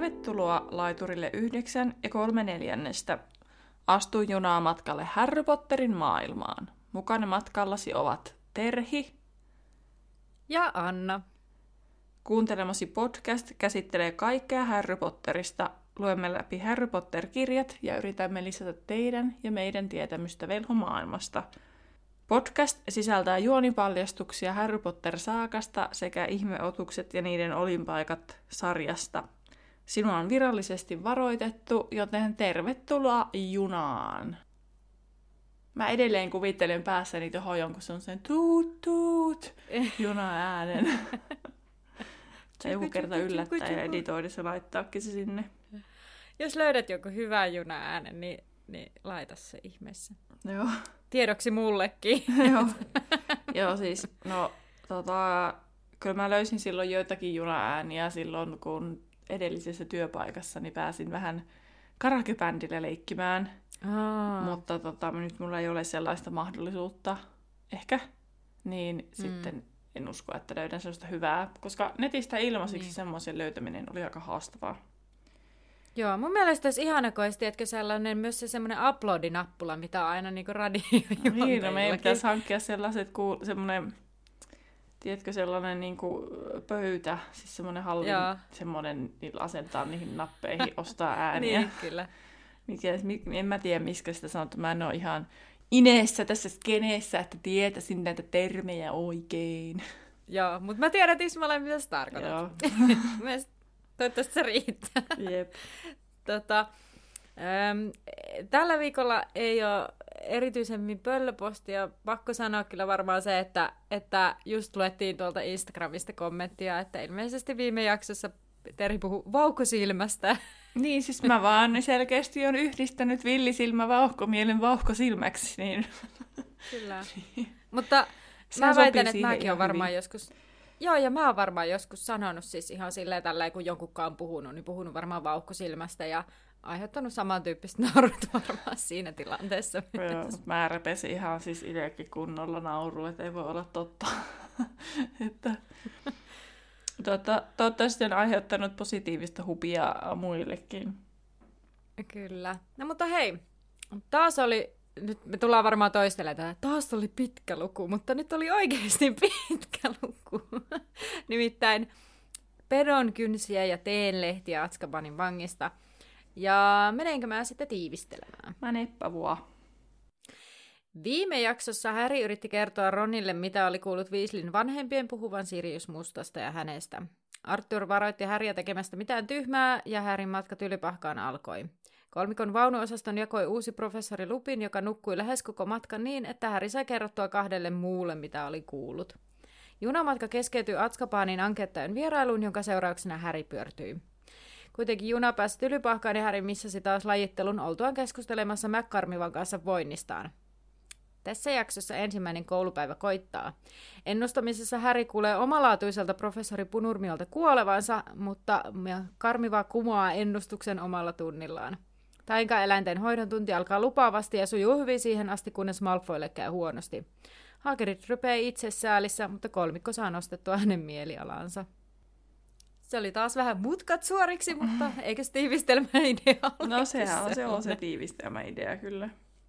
Tervetuloa laiturille 9 3/4. Astu junaa matkalle Harry Potterin maailmaan. Mukana matkallasi ovat Terhi ja Anna. Kuuntelemasi podcast käsittelee kaikkea Harry Potterista. Luemme läpi Harry Potter-kirjat ja yritämme lisätä teidän ja meidän tietämystä velhomaailmasta. Podcast sisältää juonipaljastuksia Harry Potter-saakasta sekä ihmeotukset ja niiden olinpaikat sarjasta. Sinua on virallisesti varoitettu, joten tervetuloa junaan. Mä edelleen kuvittelen päässäni tuohon jonkun sellaisen tuut tuut juna-äänen. Se joku kerta yllättää ja editoidessa laittaakin se sinne. Jos löydät joku hyvä juna-äänen, niin laita se ihmeessä. Joo. Tiedoksi mullekin. Joo, siis kyllä mä löysin silloin joitakin juna-ääniä silloin, kun edellisessä työpaikassani pääsin vähän karakebändillä leikkimään. Mutta nyt mulla ei ole sellaista mahdollisuutta ehkä, niin sitten en usko, että löydän sellaista hyvää, koska netistä ilmaisiksi semmoisen löytäminen oli aika haastavaa. Joo, mun mielestä olisi ihana, kun olisi sellainen myös semmoinen upload-nappula, mitä on aina niin radiojuontejillakin. Niin, no meidän pitäisi hankkia sellaiset, semmoinen, tiedätkö, sellainen niin kuin pöytä, siis semmoinen halvin, semmoinen, niillä asentaa niihin nappeihin, ostaa ääniä. Niin, kyllä. En mä tiedä, miskä sitä sanottu. Mä en ole ihan ineessä tässä skeneessä, että tietäisin näitä termejä oikein. Joo, mutta mä tiedän tismalleen, mitä sä tarkoitat. Joo. Toivottavasti se riittää. Jep. Tällä viikolla ei ole erityisemmin pöllöpostia. Pakko sanoa kyllä varmaan se, että just luettiin tuolta Instagramista kommenttia, että ilmeisesti viime jaksossa Terhi puhui vauhkosilmästä. Niin, siis mä vaan selkeästi on yhdistänyt villisilmä vauhkomielen vauhkosilmäksi. Niin. Kyllä. Mutta mä väitän, että mäkin olen varmaan joskus... Joo, ja mä oon varmaan joskus sanonut siis ihan silleen tälleen, kun jonkunkaan on puhunut, niin puhunut varmaan vauhkosilmästä ja aiheuttanut samantyyppistä naurut varmaan siinä tilanteessa. Joo, mä repesin ihan siis itsekin kunnolla naurua, että ei voi olla totta. Toivottavasti on aiheuttanut positiivista hupia muillekin. Kyllä. No mutta hei, taas oli... Nyt me tullaan varmaan toistelemaan, että taas oli pitkä luku, mutta nyt oli oikeasti pitkä luku. Nimittäin Pedonkynsiä ja Teenlehtiä Azkabanin vangista. Ja menenkö mä sitten tiivistelemään? Mä neppavua. Viime jaksossa Harry yritti kertoa Ronille, mitä oli kuullut Weasleyn vanhempien puhuvan Sirius Mustasta ja hänestä. Arthur varoitti Harryä tekemästä mitään tyhmää ja Harryn matka Tylypahkaan alkoi. Kolmikon vaunuosaston jakoi uusi professori Lupin, joka nukkui lähes koko matkan niin, että Harry sai kerrottua 2 muulle, mitä oli kuullut. Junamatka keskeytyi Azkabanin ankettajan vierailuun, jonka seurauksena Harry pyörtyi. Kuitenkin juna pääsi Tylypahkaan ja Harry missasi taas lajittelun oltuaan keskustelemassa McCormivan kanssa voinnistaan. Tässä jaksossa ensimmäinen koulupäivä koittaa. Ennustamisessa Harry kuulee omalaatuiselta professori Punurmiolta kuolevansa, mutta Karmiva kumoaa ennustuksen omalla tunnillaan. Taikaeläinten hoidon tunti alkaa lupaavasti ja sujuu hyvin siihen asti, kunnes Malfoylle käy huonosti. Hagrid rypee itsesäälissä, mutta kolmikko saa nostettua hänen mielialansa. Se oli taas vähän mutkat suoriksi, mutta eikö se tiivistelmäidea ole? No se on se tiivistelmäidea, kyllä.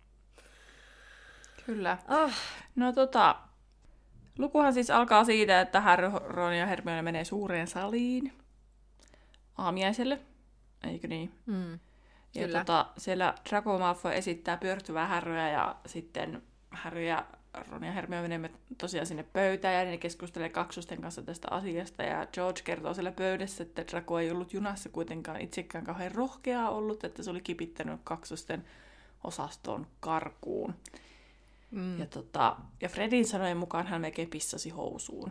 Kyllä. No lukuhan siis alkaa siitä, että Harry, Ron ja Hermione menee suureen saliin aamiaiselle, eikö niin? Ja kyllä. Siellä Draco Malfoy esittää pyörtyvää Harryä ja sitten Harry ja Ron ja Hermione menemme tosiaan sinne pöytään ja ne keskustelee kaksosten kanssa tästä asiasta ja George kertoo siellä pöydässä, että Draco ei ollut junassa kuitenkaan itsekään kauhean rohkeaa ollut, että se oli kipittänyt kaksosten osaston karkuun. Ja Fredin sanojen mukaan hän melkein pissasi housuun.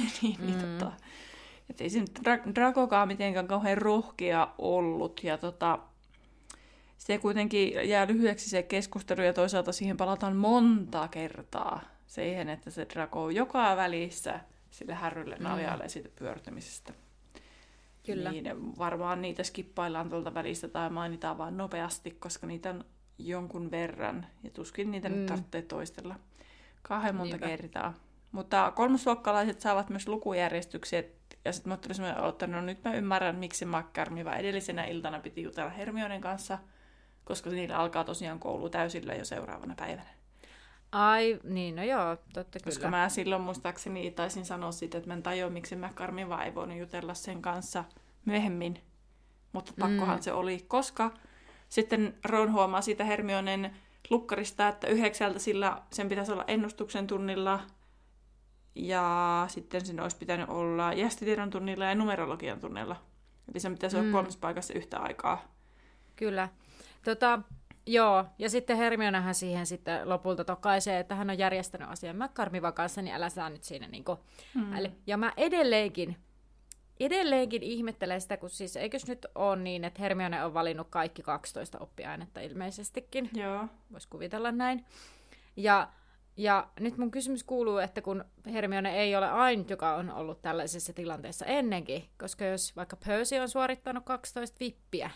Että ei se nyt Dracokaan mitenkään kauhean rohkea ollut. Ja se kuitenkin jää lyhyeksi se keskustelu ja toisaalta siihen palataan monta kertaa. Siihen, että se Draco joka välissä sille Harrylle naljailee siitä pyörtymisestä. Kyllä. Niin varmaan niitä skippaillaan tuolta välistä tai mainitaan vaan nopeasti, koska niitä on jonkun verran, ja tuskin niitä nyt tarvitsee toistella kauhean monta kertaa. Mutta kolmosluokkalaiset saavat myös lukujärjestykset Ja sitten mä tulin semmoinen olo, että no nyt mä ymmärrän, miksi McCormick vaan edellisenä iltana piti jutella Hermionen kanssa, koska niillä alkaa tosiaan koulu täysillä jo seuraavana päivänä. Ai, niin, no joo, totta kyllä. Koska mä silloin muistaakseni taisin sanoa siitä, että mä en tajua, miksi McCormick vaan ei voinut jutella sen kanssa myöhemmin. Mutta pakkohan se oli, koska sitten Ron huomaa siitä Hermionen lukkarista, että 9 sillä sen pitäisi olla ennustuksen tunnilla, ja sitten sen olisi pitänyt olla jästitiedon tunnilla ja numerologian tunnilla. Eli sen pitäisi olla 3 paikassa yhtä aikaa. Kyllä. Joo, ja sitten Hermionehän siihen sitten lopulta tokaisee, että hän on järjestänyt asian McCormickin kanssa, niin älä saa nyt siinä niinku. Ja mä edelleenkin ihmettelen sitä, kun siis eikös nyt ole niin, että Hermione on valinnut kaikki 12 oppiainetta ilmeisestikin. Joo. Voisi kuvitella näin. Ja nyt mun kysymys kuuluu, että kun Hermione ei ole ainut, joka on ollut tällaisessa tilanteessa ennenkin, koska jos vaikka Percy on suorittanut 12 vippiä,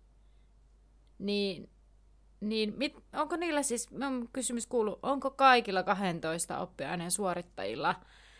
niin onko niillä siis, mun kysymys kuuluu, onko kaikilla 12 oppiaineen suorittajilla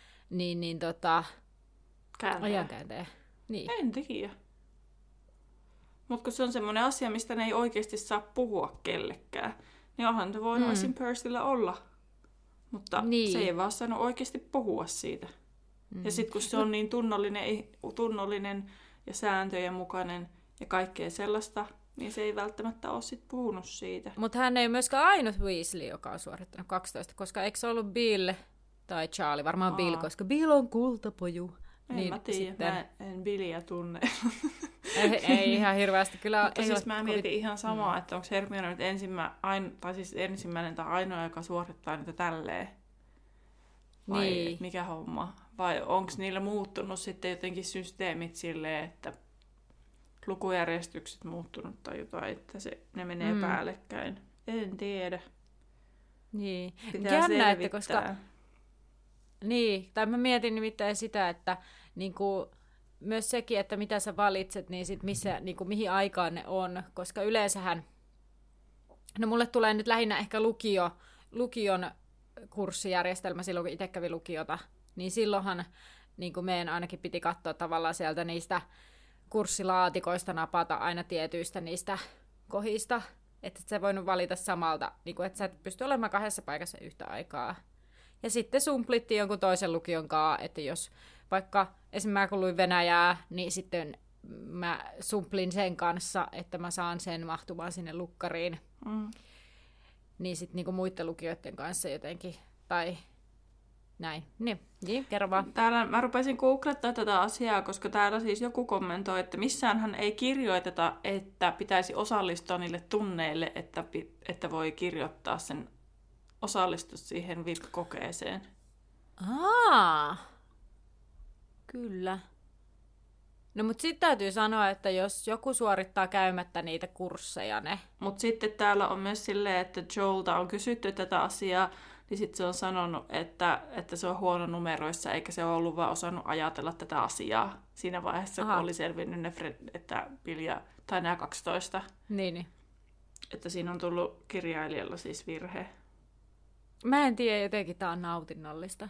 ajankääntäjä? Niin. En tiedä. Mutta kun se on semmoinen asia, mistä ne ei oikeasti saa puhua kellekään, niin onhan se voinut esim. Percyllä olla. Mutta se ei vaan saanut oikeasti puhua siitä. Ja sitten kun se on niin tunnollinen ja sääntöjen mukainen ja kaikkea sellaista, niin se ei välttämättä ole sit puhunut siitä. Mutta hän ei myöskään ainut Weasley, joka on suorittanut 12, koska eikö se ollut Bill tai Charlie? Varmaan Bill, koska Bill on kultapoju. En niin, mä tiedä, sitten... mä en Billiä tunne. ei ihan hirveästi kyllä. Mutta siis mä mietin ihan samaa, että onko Hermione nyt ensimmäinen tai ainoa, joka suorittaa niitä tälleen. Vai niin. Mikä homma? Vai onko niillä muuttunut sitten jotenkin systeemit silleen, että lukujärjestykset muuttunut tai jotain, että ne menee päällekkäin. En tiedä. Niin. Pitää selvittää. Koska... Niin, tai mä mietin nimittäin sitä, että niinku, myös sekin, että mitä sä valitset, niin sit missä, niinku, mihin aikaan ne on, koska yleensähän, no mulle tulee nyt lähinnä ehkä lukion kurssijärjestelmä silloin, kun itse kävi lukiota, niin silloinhan niinku meidän ainakin piti katsoa tavallaan sieltä niistä kurssilaatikoista napata aina tietyistä niistä kohdista, että et sä voinut valita samalta, niinku, että sä et pysty olemaan 2 paikassa yhtä aikaa. Ja sitten sumplittiin jonkun toisen lukion kanssa, että jos vaikka esimerkiksi kun luin Venäjää, niin sitten mä sumplin sen kanssa, että mä saan sen mahtumaan sinne lukkariin. Niin sitten niinku muiden lukijoiden kanssa jotenkin, tai näin. Niin, kerro vaan. Täällä mä rupesin googlettaa tätä asiaa, koska täällä siis joku kommentoi, että missäänhän ei kirjoiteta, että pitäisi osallistua niille tunneille, että voi kirjoittaa sen osallistus siihen VIP-kokeeseen. Kyllä. No mutta sitten täytyy sanoa, että jos joku suorittaa käymättä niitä kursseja ne. Mutta sitten täällä on myös silleen, että Joelta on kysytty tätä asiaa, niin sitten se on sanonut, että se on huono numeroissa, eikä se ole ollut vaan osannut ajatella tätä asiaa siinä vaiheessa, kun oli selvinnyt ne että tai nämä 12. Niin. Että siinä on tullut kirjailijalla siis virhe. Mä en tiedä, jotenkin tää on nautinnollista.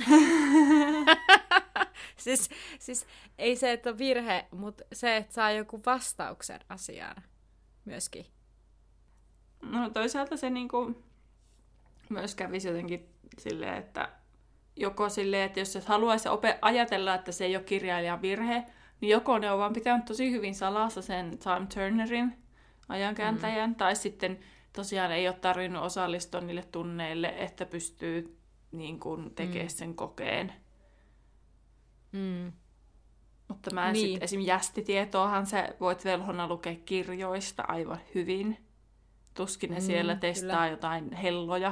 siis ei se, että on virhe, mutta se, että saa joku vastauksen asiaan myöskin. No toisaalta se niinku myös kävisi jotenkin silleen, että joko silleen, että jos et haluaisi ajatella, että se ei ole kirjailijan virhe, niin joko ne on vaan pitänyt tosi hyvin salassa sen Time Turnerin ajankääntäjän, tai sitten tosiaan ei ole tarvinnut osallistua niille tunneille, että pystyy niin kuin tekemään sen kokeen. Mutta mä sitten esim. Jästitietoahan sä voit velhona lukea kirjoista aivan hyvin. Tuskin ne siellä testaa jotain helloja.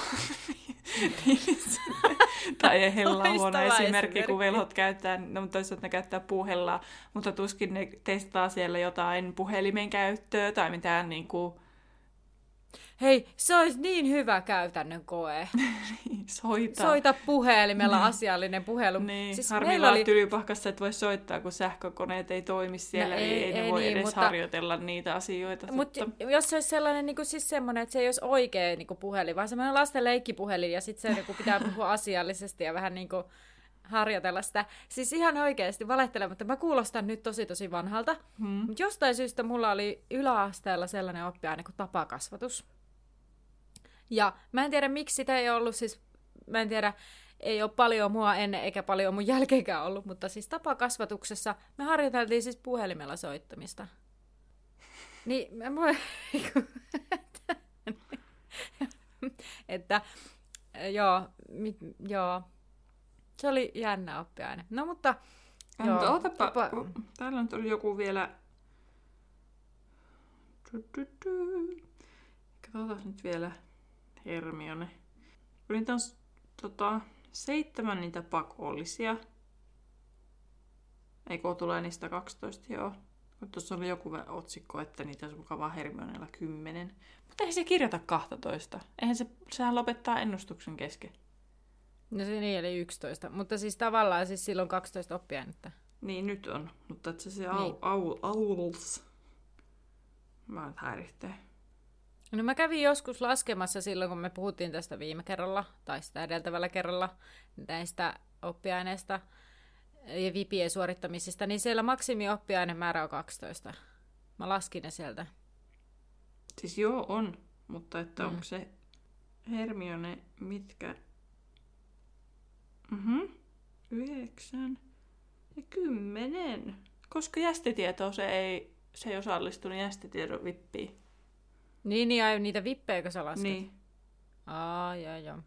Tai hella on huono esimerkki, kun velhot käyttää, no toisaalta ne käyttää puuhellaa, mutta tuskin ne testaa siellä jotain puhelimen käyttöä tai mitään niinku. Hei, se olisi niin hyvä käytännön koe. Soita puhelimella asiallinen puhelu. Niin, siis harmi vaan Tylypahkassa, että voi soittaa, kun sähkökoneet ei toimi siellä, no ei ne voi edes harjoitella niitä asioita. Mutta jos se olisi sellainen, niin kuin, siis semmoinen, että se ei olisi oikea niin kuin puhelin, vaan semmoinen lasten leikkipuhelin, ja sitten se niin kuin, pitää puhua asiallisesti ja vähän niin kuin harjoitella sitä. Siis ihan oikeasti valehtelematta. Mä kuulostan nyt tosi vanhalta. Mutta jostain syystä mulla oli yläasteella sellainen oppiaine kuin tapakasvatus. Ja mä en tiedä, miksi sitä ei ollut. Siis mä en tiedä, ei ole paljon mua ennen eikä paljon mun jälkeenkään ollut. Mutta siis tapakasvatuksessa me harjoiteltiin siis puhelimella soittamista. Niin että joo. Se oli jännä oppiaine. No mutta joo. Ootapa, täällä on joku vielä. Katsotaan nyt vielä Hermione. Niitä on 7 niitä pakollisia. Eikö tulee niistä 12, joo. Tuossa oli joku otsikko, että niitä olisi mukavaa Hermionella 10. Mutta eihän se kirjoita 12. Sehän lopettaa ennustuksen kesken. No se niin, eli 11. Mutta siis tavallaan siis silloin 12 oppiainetta. Niin, nyt on. Mutta että se niin. auls. Mä häiritsee. No mä kävin joskus laskemassa silloin, kun me puhuttiin tästä viime kerralla, tai sitä edeltävällä kerralla, näistä oppiaineista ja vipien suorittamisista, niin siellä maksimioppiainemäärä on 12. Mä laskin ne sieltä. Siis joo, on. Mutta että onko se Hermione mitkä? 9 ja 10. Koska jästitietoa se ei osallistunut jästitiedon vippiin. Niin, ja niitä vippejä, kun sä lasket. Niin. Joo.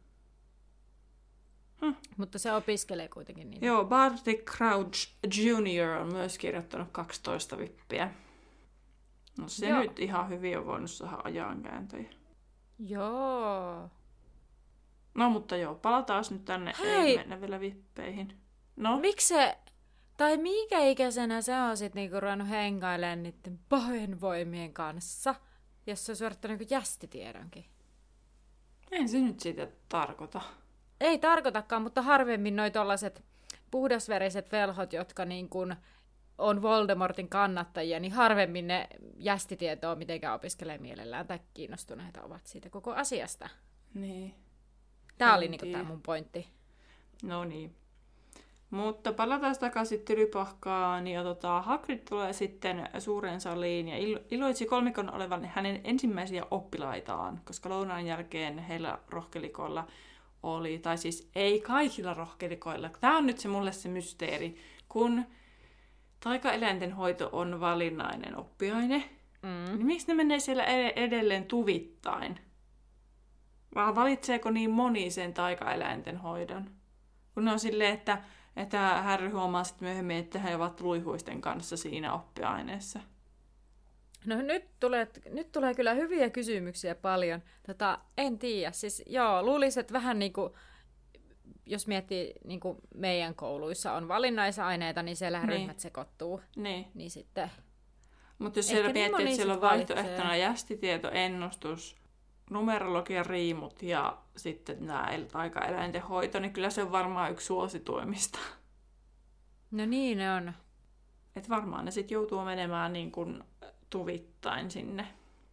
Mutta se opiskelee kuitenkin niitä. Joo, Barty Crouch Jr. on myös kirjoittanut 12 vippiä. No se nyt ihan hyvin on voinut saada ajankääntöjä. Joo. No mutta joo, palataan nyt tänne. Hei. Ei mennä vielä vippeihin. No? Miksi se, tai minkä ikäisenä se on sit niinku ruvennut hengailemaan niiden pahoinvoimien kanssa, jos se on suorittanut niinku jästitiedonkin? En se nyt siitä tarkoita. Ei tarkoitakaan, mutta harvemmin noi tollaset puhdasveriset velhot, jotka niin kun on Voldemortin kannattajia, niin harvemmin ne jästitietoa mitenkään opiskelee mielellään tai kiinnostuneita ovat siitä koko asiasta. Niin. Tää oli niinku tää mun pointti. No niin. Mutta palataan takaisin Tylypahkaan ja Hagrid tulee sitten suureen saliin ja iloitsi kolmikon olevan hänen ensimmäisiä oppilaitaan, koska lounaan jälkeen heillä rohkelikoilla oli, tai siis ei kaikilla rohkelikoilla. Tämä on nyt mulle se mysteeri, kun taikaeläinten hoito on valinnainen oppiaine, niin miksi ne menee siellä edelleen tuvittain? Vai valitseeko niin moni sen taikaeläinten hoidon? Kun ne on silleen, että Harry huomaa sitten myöhemmin, että he ovat luihuisten kanssa siinä oppiaineessa. No nyt tulee kyllä hyviä kysymyksiä paljon. En tiedä. Siis joo, luulisin, että vähän niin kuin, jos miettii niin kuin meidän kouluissa on valinnaisaineita, niin siellä ryhmät sekoittuu. Niin sitten. Mutta jos siellä miettii, että siellä on vaihtoehtona jästitieto, ennustus, numerologian riimut ja sitten nämä taikaeläinten hoito, niin kyllä se on varmaan yksi suosituimmista. No niin ne on. Että varmaan ne sitten joutuu menemään niin kuin tuvittain sinne.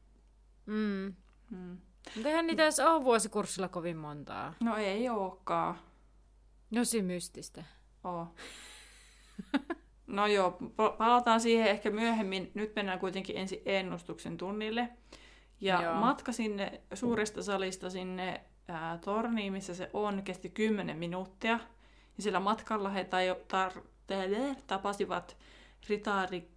Mutta eihän niitä edes ole vuosikurssilla kovin montaa. No ei olekaan. No se mystistä. No joo, palataan siihen ehkä myöhemmin. Nyt mennään kuitenkin ensin ennustuksen tunnille. Ja matka sinne suuresta salista sinne torniin, missä se on, kesti 10 minuuttia. Ja sillä matkalla he tapasivat ritaari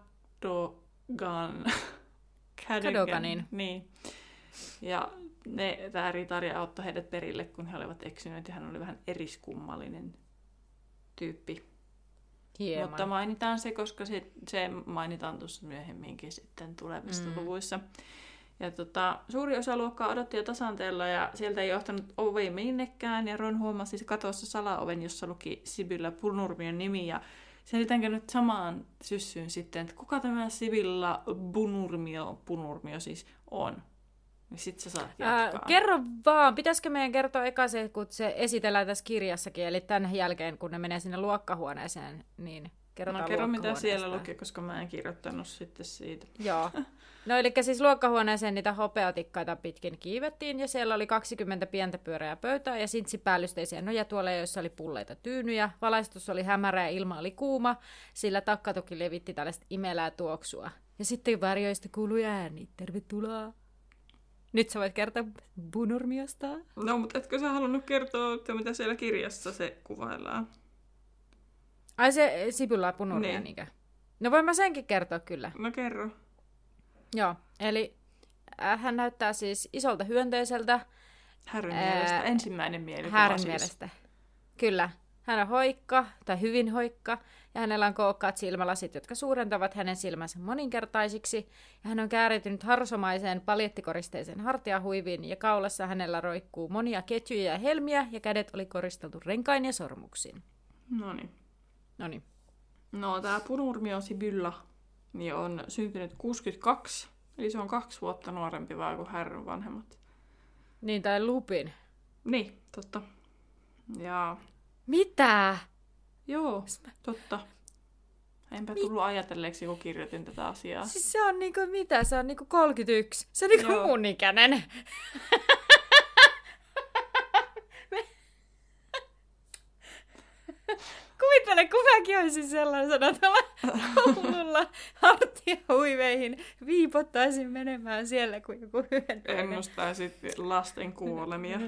Cadoganin. Niin. Ja tämä ritaari auttoi heidät perille, kun he olivat eksyneet, ja hän oli vähän eriskummallinen tyyppi. Hieman. Mutta mainitaan se, koska se mainitaan tuossa myöhemminkin sitten tulevissa luvuissa. Ja suuri osa luokkaa odotti jo tasanteella, ja sieltä ei johtanut ovi minnekään, ja Ron huomasi katossa salaoven, jossa luki Sibylla Punurmion nimi, ja selitäänkö nyt samaan syssyyn sitten, että kuka tämä Sibylla Punurmio siis on? Ja sit sä saat jatkaa. Kerro vaan, pitäisikö meidän kertoa eka se, kun se esitellään tässä kirjassakin, eli tämän jälkeen, kun ne menee sinne luokkahuoneeseen, niin Kerrotaan kerro mitä luokkahuoneesta. siellä luki, koska mä en kirjoittanut sitten siitä. Joo. No eli siis luokkahuoneeseen niitä hopeatikkaita pitkin kiivettiin ja siellä oli 20 pientä pyöreää pöytää ja sintsipäällysteisiä nojatuoleja, joissa oli pulleita tyynyjä. Valaistus oli hämärä ja ilma oli kuuma, sillä takkatoki levitti tällaista imelää tuoksua. Ja sitten varjoista kuului ääni. Tervetuloa. Nyt sä voit kertoa Bunurmiosta. No, mutta etkö sä halunnut kertoa, että mitä siellä kirjassa se kuvaillaan? Ai se Sibylla Bunurmia, Niin. niinkö? No voin mä senkin kertoa kyllä. No kerro. Joo, eli hän näyttää siis isolta hyönteiseltä. Härryn mielestä ensimmäinen mielikuva Härryn siis. mielestä. Kyllä. Hän on hoikka, tai hyvin hoikka, ja hänellä on kookkaat silmälasit, jotka suurentavat hänen silmänsä moninkertaisiksi. Ja hän on kääriytynyt harsomaiseen paljettikoristeiseen hartiahuiviin, ja kaulassa hänellä roikkuu monia ketjuja ja helmiä, ja kädet oli koristeltu renkain ja sormuksiin. Noniin. Noniin. No, tää Bunurmio Sibylla niin on syntynyt 62, eli se on 2 vuotta nuorempi vaan kuin Härryn vanhemmat. Niin, tai Lupin. Niin, totta. Ja Mitä? joo, totta. Enpä tullut ajatelleeksi, kun kirjoitin tätä asiaa. Siis se on niinku mitä? Se on niinku 31. Se on niinku Joo. mun ikäinen. Kuvittele, kun mäkin olisin sellaisena tuolla koululla hartiahuiveihin. Viipottaisin menemään siellä kuin joku hyönteinen. Ennustaisit lasten kuolemia.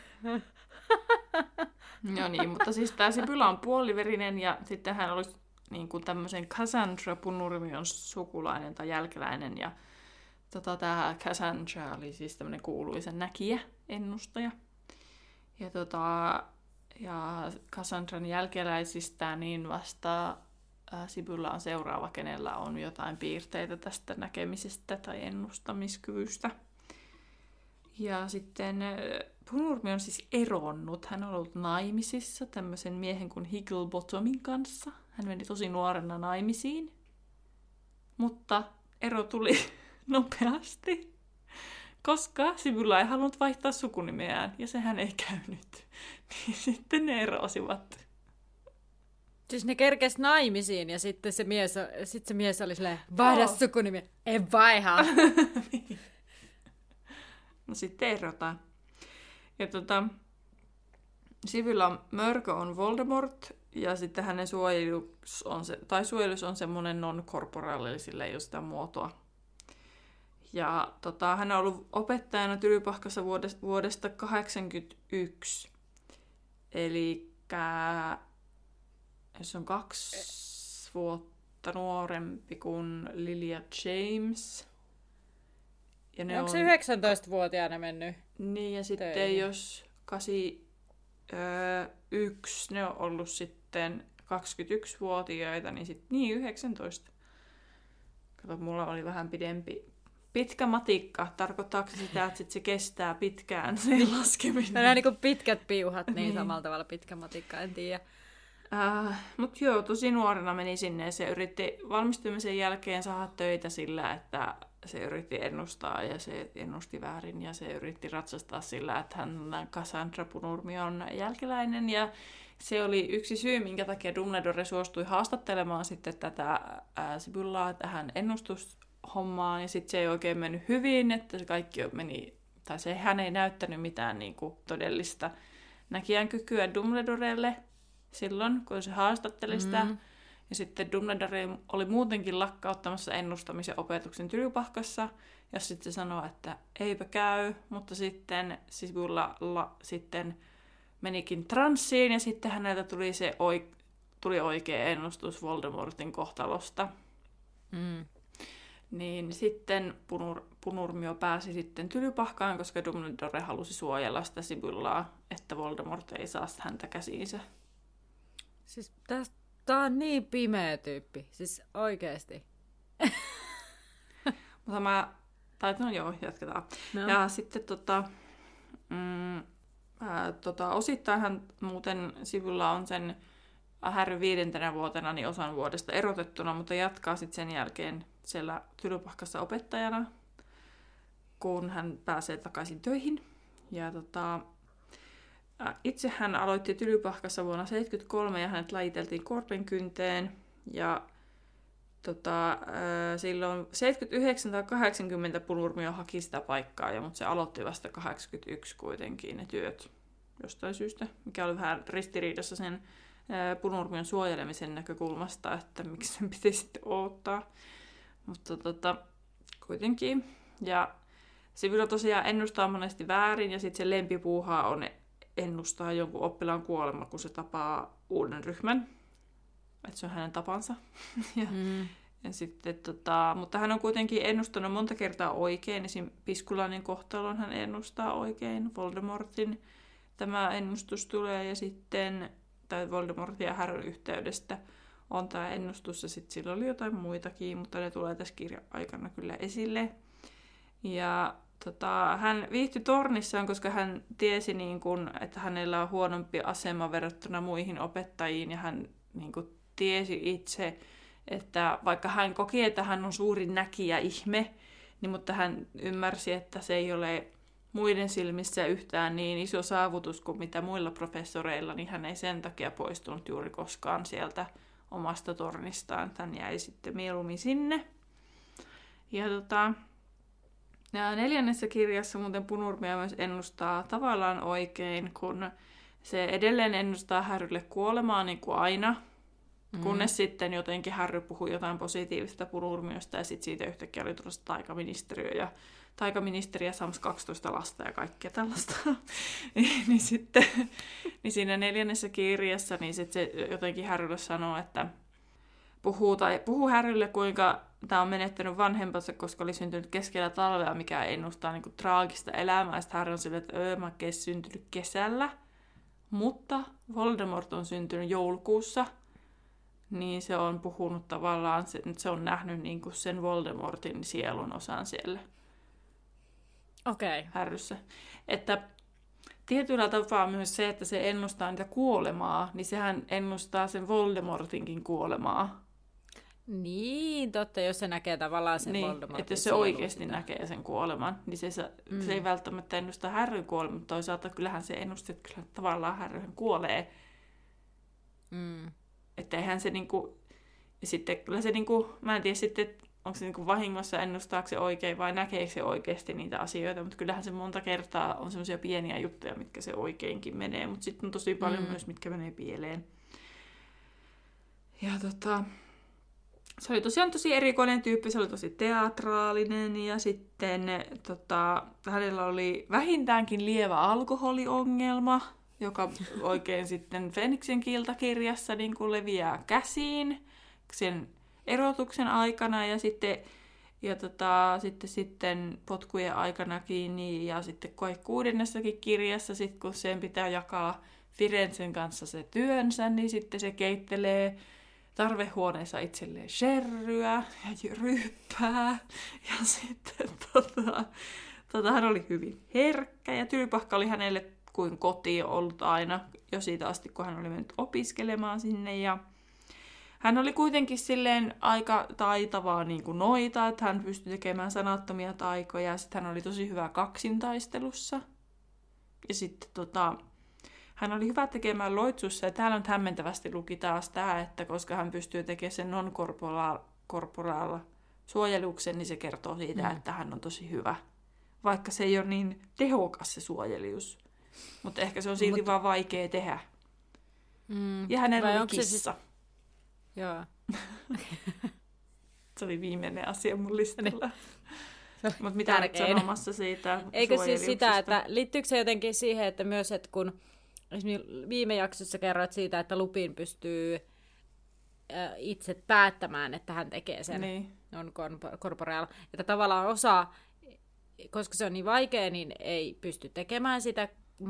No niin, mutta siis tämä Sibylla on puoliverinen ja sitten hän olisi niin kuin tämmöisen Cassandra Bunurmion sukulainen tai jälkeläinen. Ja tämä Cassandra oli siis tämmöinen kuuluisa näkijä, ennustaja. Ja Cassandran jälkeläisistä niin vasta Sibylla on seuraava, kenellä on jotain piirteitä tästä näkemisestä tai ennustamiskyvystä. Ja sitten Bunurmi on siis eronnut. Hän on ollut naimisissa tämmöisen miehen kuin Higglebottomin kanssa. Hän meni tosi nuorena naimisiin. Mutta ero tuli nopeasti, koska Sibylla ei halunnut vaihtaa sukunimeään, ja sehän ei käynyt. Niin sitten ne erosivat. Siis ne kerkes naimisiin ja sitten se mies oli silleen, vaihda sukunimi. En vaiha. No sitten erotaan. Ja Sibylla mörkö on Voldemort, ja sitten hänen suojelus on semmoinen non-corporal, eli sillä ei ole sitä muotoa. Ja hän on ollut opettajana Tylypahkassa vuodesta 1981. Eli se on 2 vuotta nuorempi kuin Lilia James. Ja Onko se 19-vuotiaana mennyt? Niin, ja sitten töihin? jos 81, ne on ollut sitten 21-vuotiaita, niin sitten 19. Kato, mulla oli vähän pitkä matikka. Tarkoittaako se sitä, että sit se kestää pitkään se laskeminen? Nämä on niin kuin pitkät piuhat, niin samalla tavalla pitkä matikka, en tiedä. Mutta joo, tosi nuorena meni sinne ja se yritti valmistumisen jälkeen saada töitä sillä, että se yritti ennustaa ja se ennusti väärin ja se yritti ratsastaa sillä, että hän Cassandra Bunurmi on jälkeläinen ja se oli yksi syy, minkä takia Dumbledore suostui haastattelemaan sitten tätä Sibyllaa tähän ennustushommaan ja sitten se ei oikein mennyt hyvin, että se kaikki meni, tai hän ei näyttänyt mitään niin kuin todellista näkijän kykyä Dumbledorelle silloin, kun se haastatteli sitä. Ja sitten Dumbledore oli muutenkin lakkauttamassa ennustamisen opetuksen Tylypahkassa. Ja sitten se sanoi, että eipä käy. Mutta sitten Sibylla sitten menikin transsiin ja sitten häneltä tuli oikea ennustus Voldemortin kohtalosta. Niin sitten Bunurmio pääsi sitten Tylypahkaan, koska Dumbledore halusi suojella sitä Sibyllaa, että Voldemort ei saa häntä käsiinsä. Siis tää on niin pimeä tyyppi. Siis oikeesti. Mutta jatketaan. No. Ja sitten osittainhan muuten Sibylla on sen Harryn 5. vuotena niin osan vuodesta erotettuna, mutta jatkaa sitten sen jälkeen siellä Tylypahkassa opettajana, kun hän pääsee takaisin töihin. Ja itse hän aloitti Tylypahkassa vuonna 1973 ja hänet lajiteltiin korpinkynteen. Ja silloin 79 tai 80 Punurmio haki sitä paikkaa, mutta se aloitti vasta 81 kuitenkin ne työt jostain syystä, mikä oli vähän ristiriidassa sen Punurmion suojelemisen näkökulmasta, että miksi sen piti sitten odottaa. Mutta kuitenkin. Ja Sibylä tosiaan ennustaa monesti väärin, ja sitten se lempipuuhaa on ennustaa jonkun oppilaan kuolema, kun se tapaa uuden ryhmän. Että se on hänen tapansa. Ja sitten, mutta hän on kuitenkin ennustanut monta kertaa oikein. Esim. Piskulainen kohtalon hän ennustaa oikein. Voldemortin tämä ennustus tulee, ja sitten tai Voldemortin ja Harryn yhteydestä on tämä ennustus, ja sitten sillä oli jotain muitakin, mutta ne tulee tässä kirjan aikana kyllä esille. Ja hän viihtyi tornissaan, koska hän tiesi, niin kun, että hänellä on huonompi asema verrattuna muihin opettajiin, ja hän niin kun, tiesi itse, että vaikka hän koki, että hän on suuri näkijä ihme, niin, mutta hän ymmärsi, että se ei ole muiden silmissä yhtään niin iso saavutus kuin mitä muilla professoreilla, niin hän ei sen takia poistunut juuri koskaan sieltä omasta tornistaan. Hän jäi sitten mieluummin sinne. Ja 4. kirjassa muuten Punurmio myös ennustaa tavallaan oikein, kun se edelleen ennustaa Harrylle kuolemaa niin kuin aina, kunnes sitten jotenkin Harry puhui jotain positiivista Punurmiosta, ja sitten siitä yhtäkkiä oli tulossa taikaministeriö ja taikaministeri Sams 12 lasta ja kaikkea tällaista. niin siinä 4. kirjassa niin sit se jotenkin Harrylle sanoo, että puhuu Harrylle, kuinka tämä on menettänyt vanhempansa, koska oli syntynyt keskellä talvea, mikä ennustaa niin kuin traagista elämää. Sitten Harry on silleen, että mä oon syntynyt kesällä, mutta Voldemort on syntynyt joulukuussa. Niin se on puhunut tavallaan, se on nähnyt niin kuin sen Voldemortin sielun osan siellä. Okei. Härryssä. Että tietyllä tapaa myös se, että se ennustaa niitä kuolemaa, niin sehän ennustaa sen Voldemortinkin kuolemaa. Niin, totta, jos se näkee tavallaan sen Voldemortin että jos se oikeasti näkee sen kuoleman, niin se ei välttämättä ennusta Harryn kuolemaa, mutta toisaalta kyllähän se ennusti, että kyllä tavallaan Harryhän kuolee. Että eihän se niinku, ja sitten kyllä se niinku, mä en tiedä sitten, onko se niinku vahingossa ennustaako se oikein vai näkeekö se oikeasti niitä asioita, mutta kyllähän se monta kertaa on semmoisia pieniä juttuja, mitkä se oikeinkin menee, mutta sitten on tosi paljon myös, mitkä menee pieleen. Ja se oli tosiaan tosi erikoinen tyyppi, se oli tosi teatraalinen, ja sitten hänellä oli vähintäänkin lievä alkoholiongelma, joka oikein sitten Fenixin kiltakirjassa niin kuin leviää käsiin sen erotuksen aikana, ja sitten potkujen aikanakin, niin, ja sitten 6. kirjassa, sit kun sen pitää jakaa Firenzen kanssa se työnsä, niin sitten se keittelee tarvehuoneessa itselleen sherryä ja ryyppää, ja sitten hän oli hyvin herkkä, ja Tylypahka oli hänelle kuin koti ollut aina jo siitä asti, kun hän oli mennyt opiskelemaan sinne. Ja hän oli kuitenkin silleen aika taitavaa niin kuin noita, että hän pystyi tekemään sanattomia taikoja, ja sitten hän oli tosi hyvä kaksintaistelussa. Ja sitten hän oli hyvä tekemään loitsussa, ja täällä nyt hämmentävästi luki taas tämä, että koska hän pystyy tekemään sen non-corporaal suojeluksen, niin se kertoo siitä, että hän on tosi hyvä. Vaikka se ei ole niin tehokas se suojelius. Mutta ehkä se on silti vaan vaikea tehdä. Ja hänellä oli kissa. Joo. Se oli viimeinen asia mun listalla. Mutta mitä olet sanomassa siitä eikö siis sitä, että liittyykö se jotenkin siihen, että myös, että kun viime jaksossa kerroit siitä, että Lupin pystyy itse päättämään, että hän tekee sen non-corporeal, että tavallaan osa, koska se on niin vaikea, niin ei pysty tekemään sitä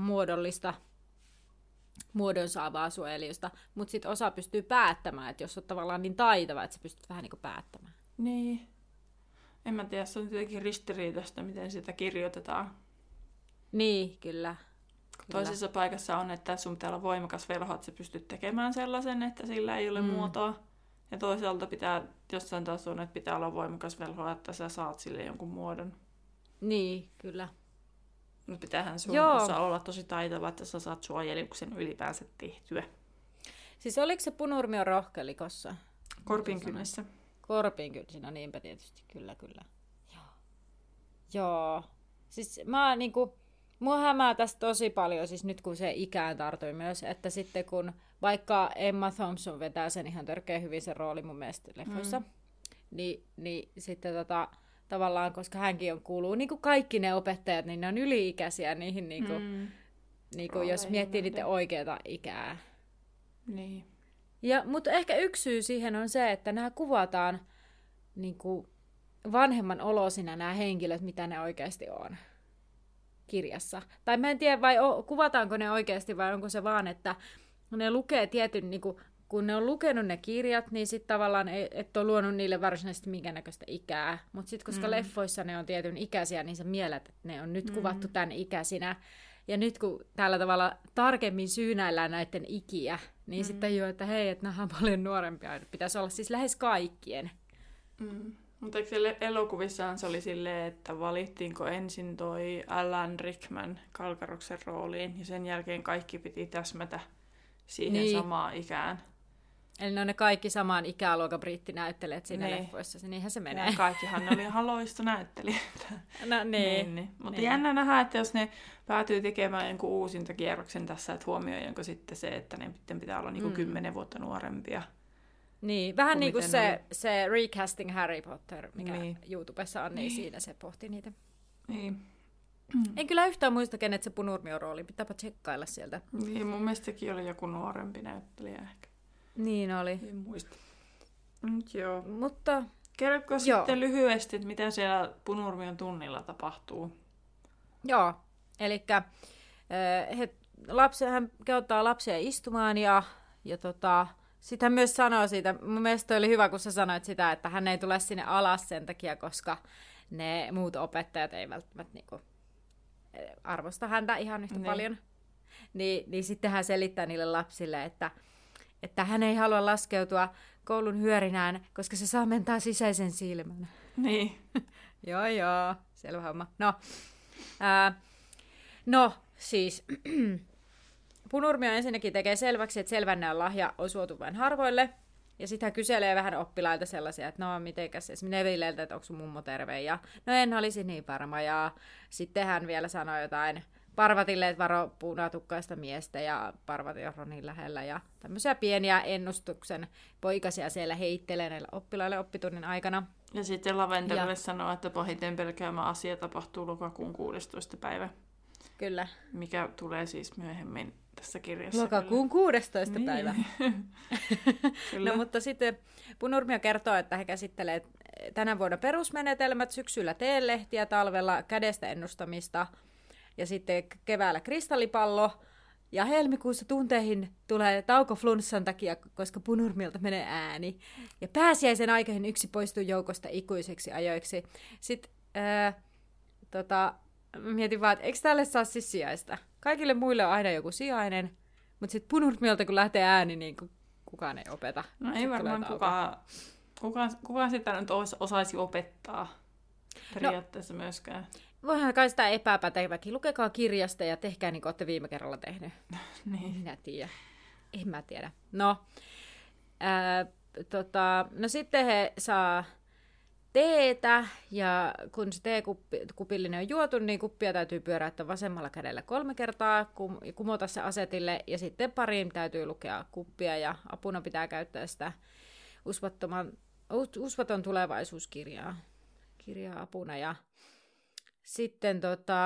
muodon saavaa suojelijusta, mutta sitten osa pystyy päättämään, että jos on tavallaan niin taitava, että sä pystyt vähän niin kuin päättämään. Niin. En mä tiedä, se on jotenkin ristiriitaista, miten sitä kirjoitetaan. Niin, kyllä. Toisessa paikassa on, että sun pitää olla voimakas velho, että sä pystyt tekemään sellaisen, että sillä ei ole muotoa. Ja toisaalta pitää, jossain taas on, että pitää olla voimakas velho, että sä saat sille jonkun muodon. Niin, kyllä. Mutta pitäähän sun osa olla tosi taitava, että sä saat suojeluksen ylipäänsä tehtyä. Siis oliko se Punurmio rohkelikossa? Korpin kynnessä. Korpin kynnessä, no niinpä tietysti, kyllä. Joo. Siis mä niinku, mua hämää tästä tosi paljon, siis nyt kun se ikään tartui myös, että sitten kun vaikka Emma Thompson vetää sen ihan törkeä hyvin sen rooli mun mielestä leffoissa, niin sitten tavallaan, koska hänkin kuuluu, niin kuin kaikki ne opettajat, niin ne on yli-ikäisiä niihin, niin kuin jos miettii niiden oikeata ikää. Niin. Mutta ehkä yksi syy siihen on se, että nämä kuvataan niin kuin vanhemman olosina nämä henkilöt, mitä ne oikeasti on kirjassa. Tai mä en tiedä, vai kuvataanko ne oikeasti, vai onko se vaan, että ne lukee tietyn, niin kuin, kun ne on lukenut ne kirjat, niin sitten tavallaan et ole luonut niille varsinaisesti minkäännäköistä ikää. Mutta sitten koska leffoissa ne on tietyn ikäisiä, niin sä mielet, että ne on nyt kuvattu tämän ikäisinä. Ja nyt kun tällä tavalla tarkemmin syynäillään näiden ikiä, niin sitten tajuaa, että hei, että nämä on paljon nuorempia. Pitäisi olla siis lähes kaikkien. Mutta eikö siellä elokuvissaan se oli silleen, että valittiinko ensin toi Alan Rickman Kalkaroksen rooliin, ja sen jälkeen kaikki piti täsmätä siihen samaan ikään. Eli ne on ne kaikki samaan ikäluokan brittinäyttelijät siinä leffoissa, niinhän se menee. Ja kaikkihan ne oli haloista näyttelijöitä. No niin. Mutta jännä nähdä, että jos ne päätyy tekemään jonkun uusintakierroksen tässä, että huomioidaanko sitten se, että ne pitää olla niinku 10 vuotta nuorempia. Niin, vähän niin kuin se Recasting Harry Potter, mikä YouTubessa on, niin siinä se pohti niitä. Niin. En kyllä yhtään muista, kenet se Punurmion rooli. Pitääpä tsekkailla sieltä. Niin, mun mielestä sekin oli joku nuorempi näyttelijä ehkä. Niin oli. En muista. Joo. Mutta kerrotko sitten lyhyesti, että mitä siellä Punurmion tunnilla tapahtuu? Joo, eli hän kehottaa lapsia istumaan ja sitten hän myös sanoo siitä, mun mielestä oli hyvä, kun sä sanoit sitä, että hän ei tule sinne alas sen takia, koska ne muut opettajat ei välttämättä niinku arvosta häntä ihan yhtä paljon. Niin sitten hän selittää niille lapsille, että hän ei halua laskeutua koulun hyörinään, koska se saamentaa sisäisen silmän. Niin. Joo, selvä homma. Siis Punurmio ensinnäkin tekee selväksi, että selvännäön lahja on suotu vain harvoille. Ja sitten hän kyselee vähän oppilailta sellaisia, että no mitenkäs esimerkiksi Nevilleltä, että onko sun mummo terve. Ja no en olisi niin varma. Ja sitten hän vielä sanoi jotain Parvatille, että varo punatukkaista miestä ja Parvati on Ronin lähellä. Ja tämmöisiä pieniä ennustuksen poikasia siellä heittelee näillä oppilaille oppitunnin aikana. Ja sitten Lavenderille sanoo, että pahiten pelkäämä asia tapahtuu lokakuun 16. päivä. Kyllä. Mikä tulee siis myöhemmin tässä kirjassa. Lokakuun 16. päivä. No mutta sitten Punurmio kertoo, että he käsittelee tänä vuonna perusmenetelmät, syksyllä teelehtiä, talvella kädestä ennustamista ja sitten keväällä kristallipallo. Ja helmikuussa tunteihin tulee tauko flunssan takia, koska Punurmiolta menee ääni. Ja pääsiäisen aikoihin yksi poistuu joukosta ikuiseksi ajoiksi. Sitten mietin vaan, että eikö tälle saa siis sijaista? Kaikille muille on aina joku sijainen, mutta sitten Punurmiolta kun lähtee ääni, niin kukaan ei opeta. No ei varmaan kukaan sitä nyt osaisi opettaa periaatteessa myöskään. Voihan kai sitä epäpäteväkin. Lukekaa kirjasta ja tehkää niin kuin olette viime kerralla tehnyt. Niin. En mä tiedä. No sitten he saa teetä, ja kun se teekupillinen on juotu, niin kuppia täytyy pyöräyttää vasemmalla kädellä 3 kertaa, kumota se asetille, ja sitten pariin täytyy lukea kuppia, ja apuna pitää käyttää sitä uskomaton tulevaisuuskirjaa apuna, ja sitten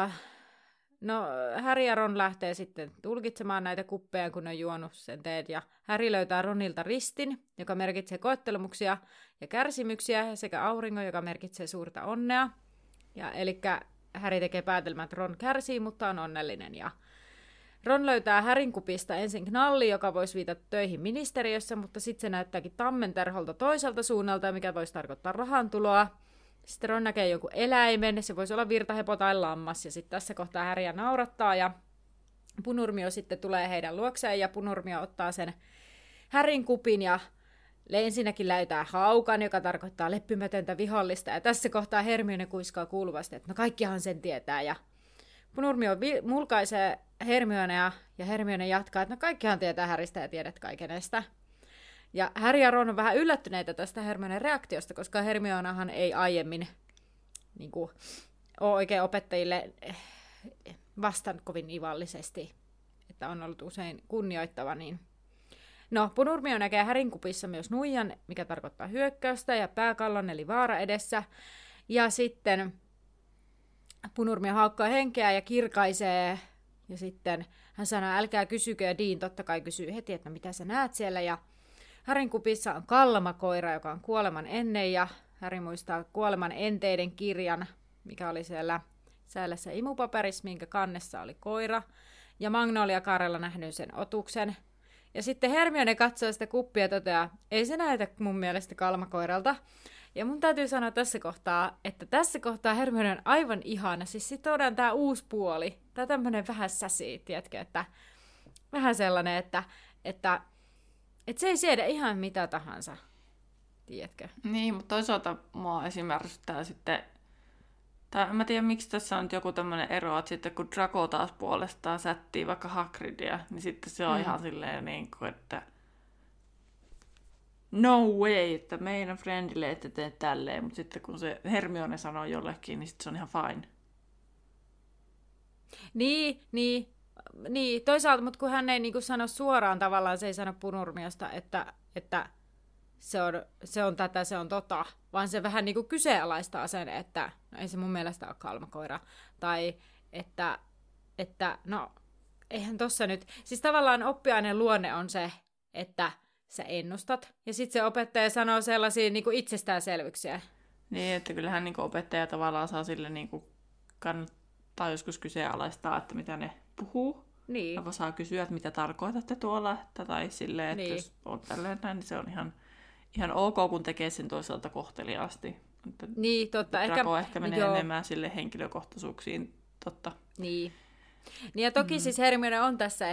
Harry ja Ron lähtee sitten tulkitsemaan näitä kuppeja, kun ne on juonut sen teet, ja Harry löytää Ronilta ristin, joka merkitsee koettelemuksia ja kärsimyksiä, sekä auringon, joka merkitsee suurta onnea. Ja elikkä Harry tekee päätelmän, että Ron kärsii, mutta on onnellinen. Ja Ron löytää Harryn kupista ensin knalli, joka voisi viitata töihin ministeriössä, mutta sitten se näyttääkin tammenterholta toiselta suunnalta, mikä voisi tarkoittaa rahantuloa. Sitten Ron näkee jonkun eläimen, se voisi olla virtahepo tai lammas, ja sitten tässä kohtaa Harryä naurattaa, ja Punurmio sitten tulee heidän luokseen, ja Punurmio ottaa sen Harryn kupin, ja ensinnäkin löytää haukan, joka tarkoittaa leppymätöntä vihollista, ja tässä kohtaa Hermione kuiskaa kuuluvasti, että no kaikkihan sen tietää, ja Punurmio mulkaisee Hermionea, ja Hermione jatkaa, että no kaikkihan tietää Harrystä ja tiedät kaikenestä. Ja Harry ja Ron on vähän yllättyneitä tästä Hermionen reaktiosta, koska Hermionahan ei aiemmin niin kuin, ole oikein opettajille vastannut kovin ivallisesti, että on ollut usein kunnioittava. Niin. No, Punurmio näkee Harryn kupissa myös nuijan, mikä tarkoittaa hyökkäystä, ja pääkallon eli vaara edessä. Ja sitten Punurmio haukkaa henkeä ja kirkaisee, ja sitten hän sanoo, älkää kysykö, ja Dean totta kai kysyy heti, että mitä sä näet siellä, ja Harryn kupissa on kallamakoira, joka on kuoleman ennen, ja Harry muistaa kuoleman enteiden kirjan, mikä oli siellä säälessä imupaperissa, minkä kannessa oli koira, ja Magnolia Kaarella nähnyt sen otuksen. Ja sitten Hermione katsoo sitä kuppia ja toteaa, ei se näytä mun mielestä kalmakoiralta. Ja mun täytyy sanoa tässä kohtaa, että tässä kohtaa Hermione on aivan ihana. Siis sit tuodaan tää uusi puoli. Tää tämmönen vähän säsi, tiedätkö, että vähän sellainen, että se ei siedä ihan mitä tahansa, tiedätkö? Niin, mutta toisaalta mua esimerkiksi sitten, tai en mä tiedä miksi tässä on joku tämmöinen ero, että sitten kun Draco taas puolestaan sättii vaikka Hagridia, niin sitten se on ihan silleen niin kuin, että no way, että meidän friendille ette tee tälleen, mutta sitten kun se Hermione sanoo jollekin, niin sitten se on ihan fine. Niin, toisaalta, mutta kun hän ei niinku sano suoraan tavallaan, se ei sano Punurmiosta, että se on tätä, se on tota, vaan se vähän niinku kyseenalaistaa sen, että no ei se mun mielestä ole kalmakoira, tai että no eihän tossa nyt, siis tavallaan oppiaineen luonne on se, että sä ennustat, ja sitten se opettaja sanoo sellaisia niinku itsestäänselvyyksiä. Niin, että kyllähän niinku opettaja tavallaan saa sille niinku kannattaa joskus kyseenalaistaa, että mitä ne puhuu. Niin. Ja saa kysyä, että mitä tarkoitatte tuolla, tai silleen, että niin. Jos on tälleen näin, niin se on ihan ok, kun tekee sen toisaalta kohteliaasti. Että niin, totta. Ehkä menee enemmän sille henkilökohtaisuuksiin, totta. Niin ja toki siis Hermione on tässä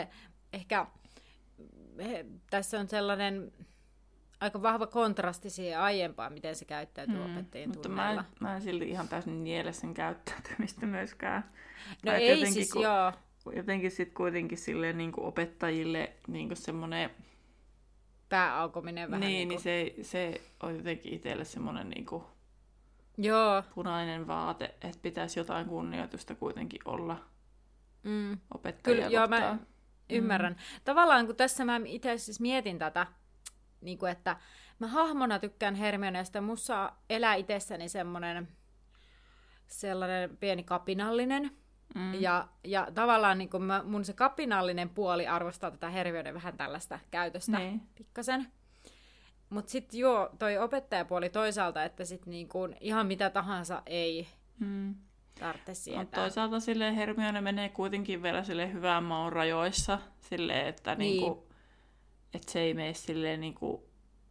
tässä on sellainen aika vahva kontrasti siihen aiempaan, miten se käyttäytyy opettajien tunneilla. Mutta mä en silti ihan täysin niele sen käyttäytymistä myöskään. No ei siis, joo. Jotenkin sitten kuitenkin silleen niin kuin opettajille niin semmoinen pääaukominen vähän. Niin se on jotenkin itselle semmoinen niin kuin punainen vaate, että pitäisi jotain kunnioitusta kuitenkin olla opettajia kyllä, kohtaan. Joo, mä ymmärrän. Tavallaan kun tässä mä itse siis mietin tätä, niin kuin, että mä hahmona tykkään Hermioneesta, musta elää itsessäni sellainen pieni kapinallinen. Ja tavallaan niin kuin mun se kapinallinen puoli arvostaa tätä Hermionen vähän tällaista käytöstä pikkasen. Mutta sitten toi opettajapuoli toisaalta, että sit niin kuin ihan mitä tahansa ei tarvitse sietää. Mutta toisaalta silleen Hermione menee kuitenkin vielä silleen hyvän maun rajoissa, silleen, että niinku, et se ei mene silleen niinku.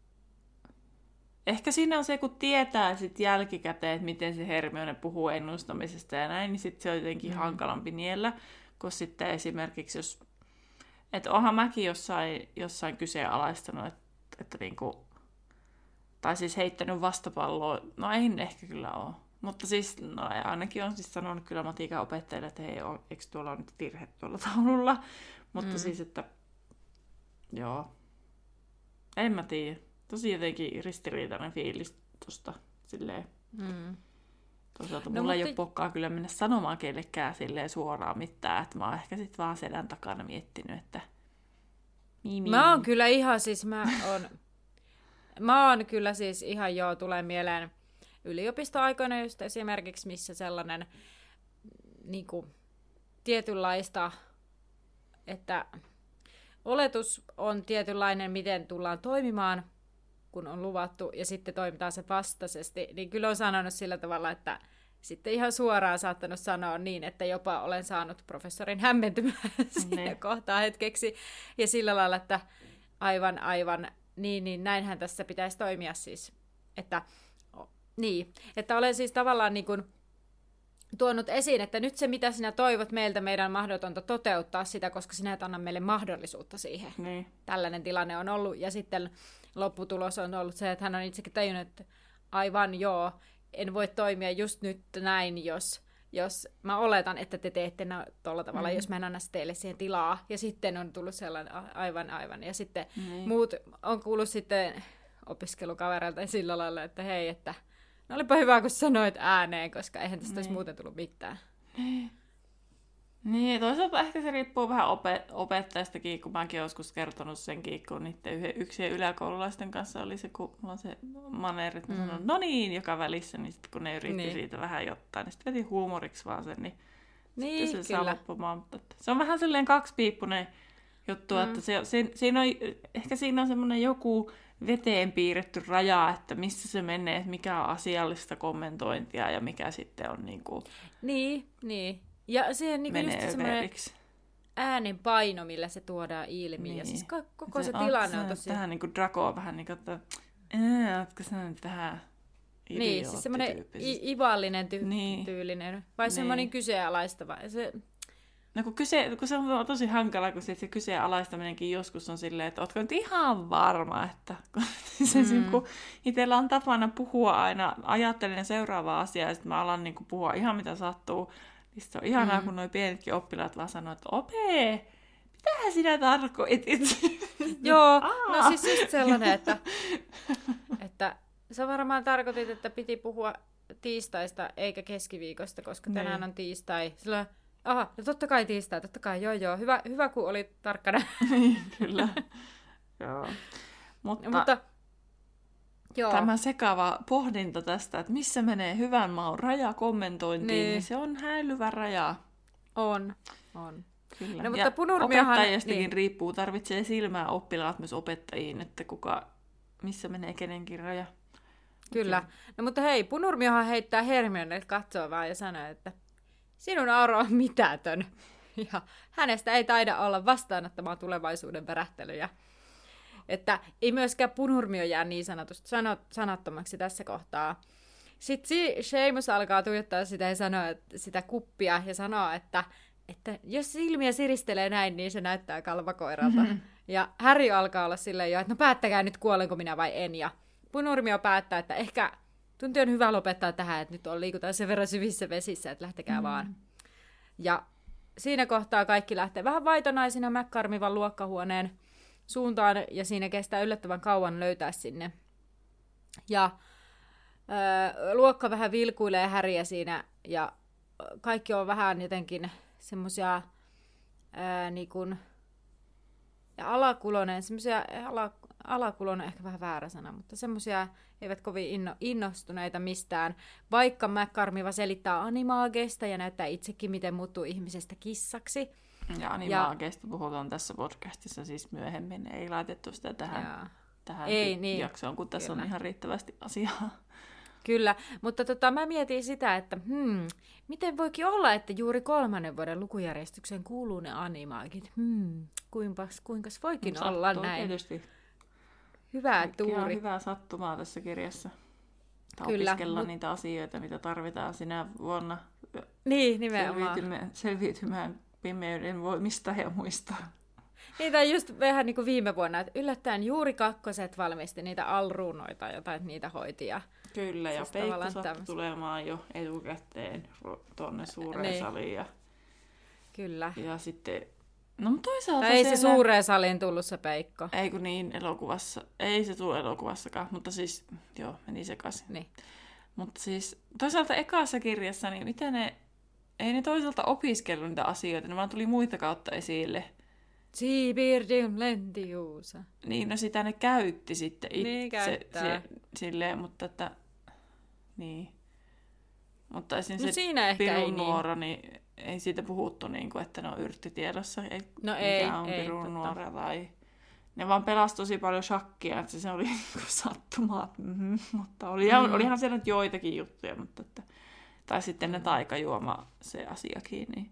Ehkä siinä on se, kun tietää sit jälkikäteen, että miten se Hermione puhuu ennustamisesta ja näin, niin sitten se on jotenkin hankalampi niellä, kun sitten esimerkiksi jos, että onhan mäkin jossain kyseenalaistanut, että niinku, tai siis heittänyt vastapalloa, no en ehkä kyllä ole. Mutta siis, no ainakin on siis sanonut kyllä matiikan opettajille, että hei, eikö tuolla ole nyt virhe tuolla taululla. Mutta siis, että joo, en mä tiedä. Tosi jotenkin ristiriitainen fiilis tosta silleen. Toisaalta mulla ei ole pokkaa kyllä mennä sanomaan kellekään silleen suoraan mitään, että mä oon ehkä sit vaan selän takana miettinyt, että Mä oon kyllä ihan siis, mä oon kyllä siis ihan tulee mieleen yliopistoaikoina just esimerkiksi, missä sellainen niinku tietynlaista, että oletus on tietynlainen, miten tullaan toimimaan, kun on luvattu, ja sitten toimitaan se vastaisesti, niin kyllä on sanonut sillä tavalla, että sitten ihan suoraan saattanut sanoa niin, että jopa olen saanut professorin hämmentymään siinä kohtaa hetkeksi, ja sillä lailla, että aivan, niin näinhän tässä pitäisi toimia siis, että olen siis tavallaan niin kuin tuonut esiin, että nyt se, mitä sinä toivot meiltä, meidän on mahdotonta toteuttaa sitä, koska sinä et anna meille mahdollisuutta siihen. Niin. Tällainen tilanne on ollut, ja sitten lopputulos on ollut se, että hän on itsekin tajunnut, että aivan en voi toimia just nyt näin, jos mä oletan, että te teette tuolla tavalla, jos mä en anna teille siihen tilaa. Ja sitten on tullut sellainen aivan. Ja sitten muut on kuullut sitten opiskelukavereilta sillä lailla, että hei, että no olipa hyvä, kun sanoit ääneen, koska eihän tästä olisi muuten tullut mitään. Niin, toisaalta ehkä se riippuu vähän opettajastakin, kun mäkin olen joskus kertonut senkin, kun niiden yksien yläkoululaisten kanssa oli se, kun mulla on se maneeri, että mä sanon, no niin, joka välissä, niin sitten kun ne yritti siitä vähän jotain, niin sitten veti huumoriksi vaan sen, niin sitten se saa loppumaan. Mutta se on vähän silleen kaksipiippunen juttu, että siinä on semmoinen joku veteen piirretty raja, että missä se menee, että mikä on asiallista kommentointia ja mikä sitten on niinku... Niin. Ja siihen niin just semmoinen äänen paino, millä se tuodaan ilmi. Niin. Ja siis koko se tilanne on tosi... Tähän niin Draco on vähän niin kuin, että ootko sä nyt vähän idiootti. Niin, siis semmoinen ivallinen tyylinen. Vai semmoinen kyseenalaistava. No kun se on tosi hankala, kun se kyseenalaistaminenkin joskus on silleen, että ootko nyt ihan varma, että kun itsellä on tapana puhua aina, ajattelen seuraavaa asiaa ja sitten mä alan niin puhua ihan mitä sattuu. Se on ihanaa, kun nuo pienetkin oppilaat vaan sanoo, että Opee, mitähän sinä tarkoitit? Joo, no siis just sellainen, että sä varmaan tarkoitit, että piti puhua tiistaista eikä keskiviikosta, koska tänään on tiistai. Silloin, no totta kai tiistai, totta kai, joo. Hyvä kun oli tarkkana. Kyllä, joo. Mutta joo. Tämä sekava pohdinta tästä, että missä menee hyvän maun raja kommentointiin, niin se on häilyvä raja. On. Kyllä. No, mutta opettajistakin riippuu, tarvitsee silmää oppilaat myös opettajiin, että missä menee kenenkin raja. Kyllä. Okay. No mutta hei, Punurmiohan heittää Hermionelle katsoa vaan ja sanoo, että sinun aura on mitätön. Ja hänestä ei taida olla vastaanottamaan tulevaisuuden värähtelyjä. Että ei myöskään Punurmio jää niin sanotusti sanattomaksi tässä kohtaa. Sitten Seamus alkaa tuijottaa sitä ja sanoa, sitä kuppia ja sanoa, että jos silmiä siristelee näin, niin se näyttää kalvakoiralta. Ja Harry alkaa olla silleen jo, että no päättäkää nyt kuolenko minä vai en. Ja Punurmio päättää, että ehkä tunti on hyvä lopettaa tähän, että nyt liikutaan sen verran syvissä vesissä, että lähtekää vaan. Ja siinä kohtaa kaikki lähtee vähän vaitonaisina McCormivan luokkahuoneen suuntaan, ja siinä kestää yllättävän kauan löytää sinne. Ja luokka vähän vilkuilee Harryä siinä, ja kaikki on vähän jotenkin semmoisia alakulonen, alakulonen ehkä vähän väärä sana, mutta semmoisia eivät kovin innostuneita mistään, vaikka McCormiva selittää animaageista ja näyttää itsekin, miten muuttuu ihmisestä kissaksi. Ja animaageista puhutaan tässä podcastissa siis myöhemmin, ei laitettu sitä tähän jaksoon, kun tässä on ihan riittävästi asiaa. Kyllä, mutta mä mietin sitä, että miten voikin olla, että juuri 3. vuoden lukujärjestykseen kuuluu ne animaagit. Kuinkas voikin olla näin? Tietysti. Hyvä tuuri. Ihan hyvää sattumaa tässä kirjassa. Opiskella niitä asioita, mitä tarvitaan sinä vuonna. Niin, nimenomaan. Selviytymään pimeyden voimista ja muista. Niitä just vähän niin kuin viime vuonna, että yllättäen juuri 2 valmisti niitä alruunoita, jotain niitä hoiti. Kyllä, ja siis Peikko sattui tulemaan jo etukäteen tuonne suureen saliin. Ja, kyllä. Ja sitten, no toisaalta ei se suureen saliin tullut se Peikko. Ei kun niin, elokuvassa. Ei se tule elokuvassakaan, mutta siis, joo, meni sekaisin. Niin. Mutta siis toisaalta ekassa kirjassa, niin ei ne toisaalta opiskellut niitä asioita, ne vaan tuli muita kautta esille. Siibirdium lentiusa. Niin, no sitä ne käytti sitten itse silleen, mutta että niin. Mutta esimerkiksi se Pirun nuora, niin ei siitä puhuttu niin kuin, että ne on yrttitiedossa. Mikä on Pirun nuora tai... Ne vaan pelasi tosi paljon shakkia, että se oli sattumaa. Mutta olihan siellä nyt joitakin juttuja, mutta että... Tai sitten ne taikajuoma, se asiakin, niin...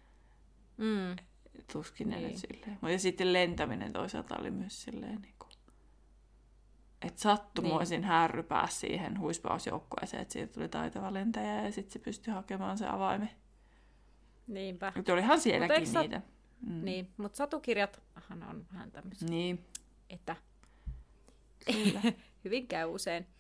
Tuskin ne nyt silleen. Ja sitten lentäminen toisaalta oli myös silleen, niin kuin, että sattumoisin Harry pääsi siihen huispausjoukkueeseen, että siitä tuli taitava lentäjä ja sitten se pystyi hakemaan se avaimen. Niinpä. Mutta olihan sielläkin niitä. Niin, mutta satukirjathan on vähän tämmöisiä. Niin. Että hyvin käy usein.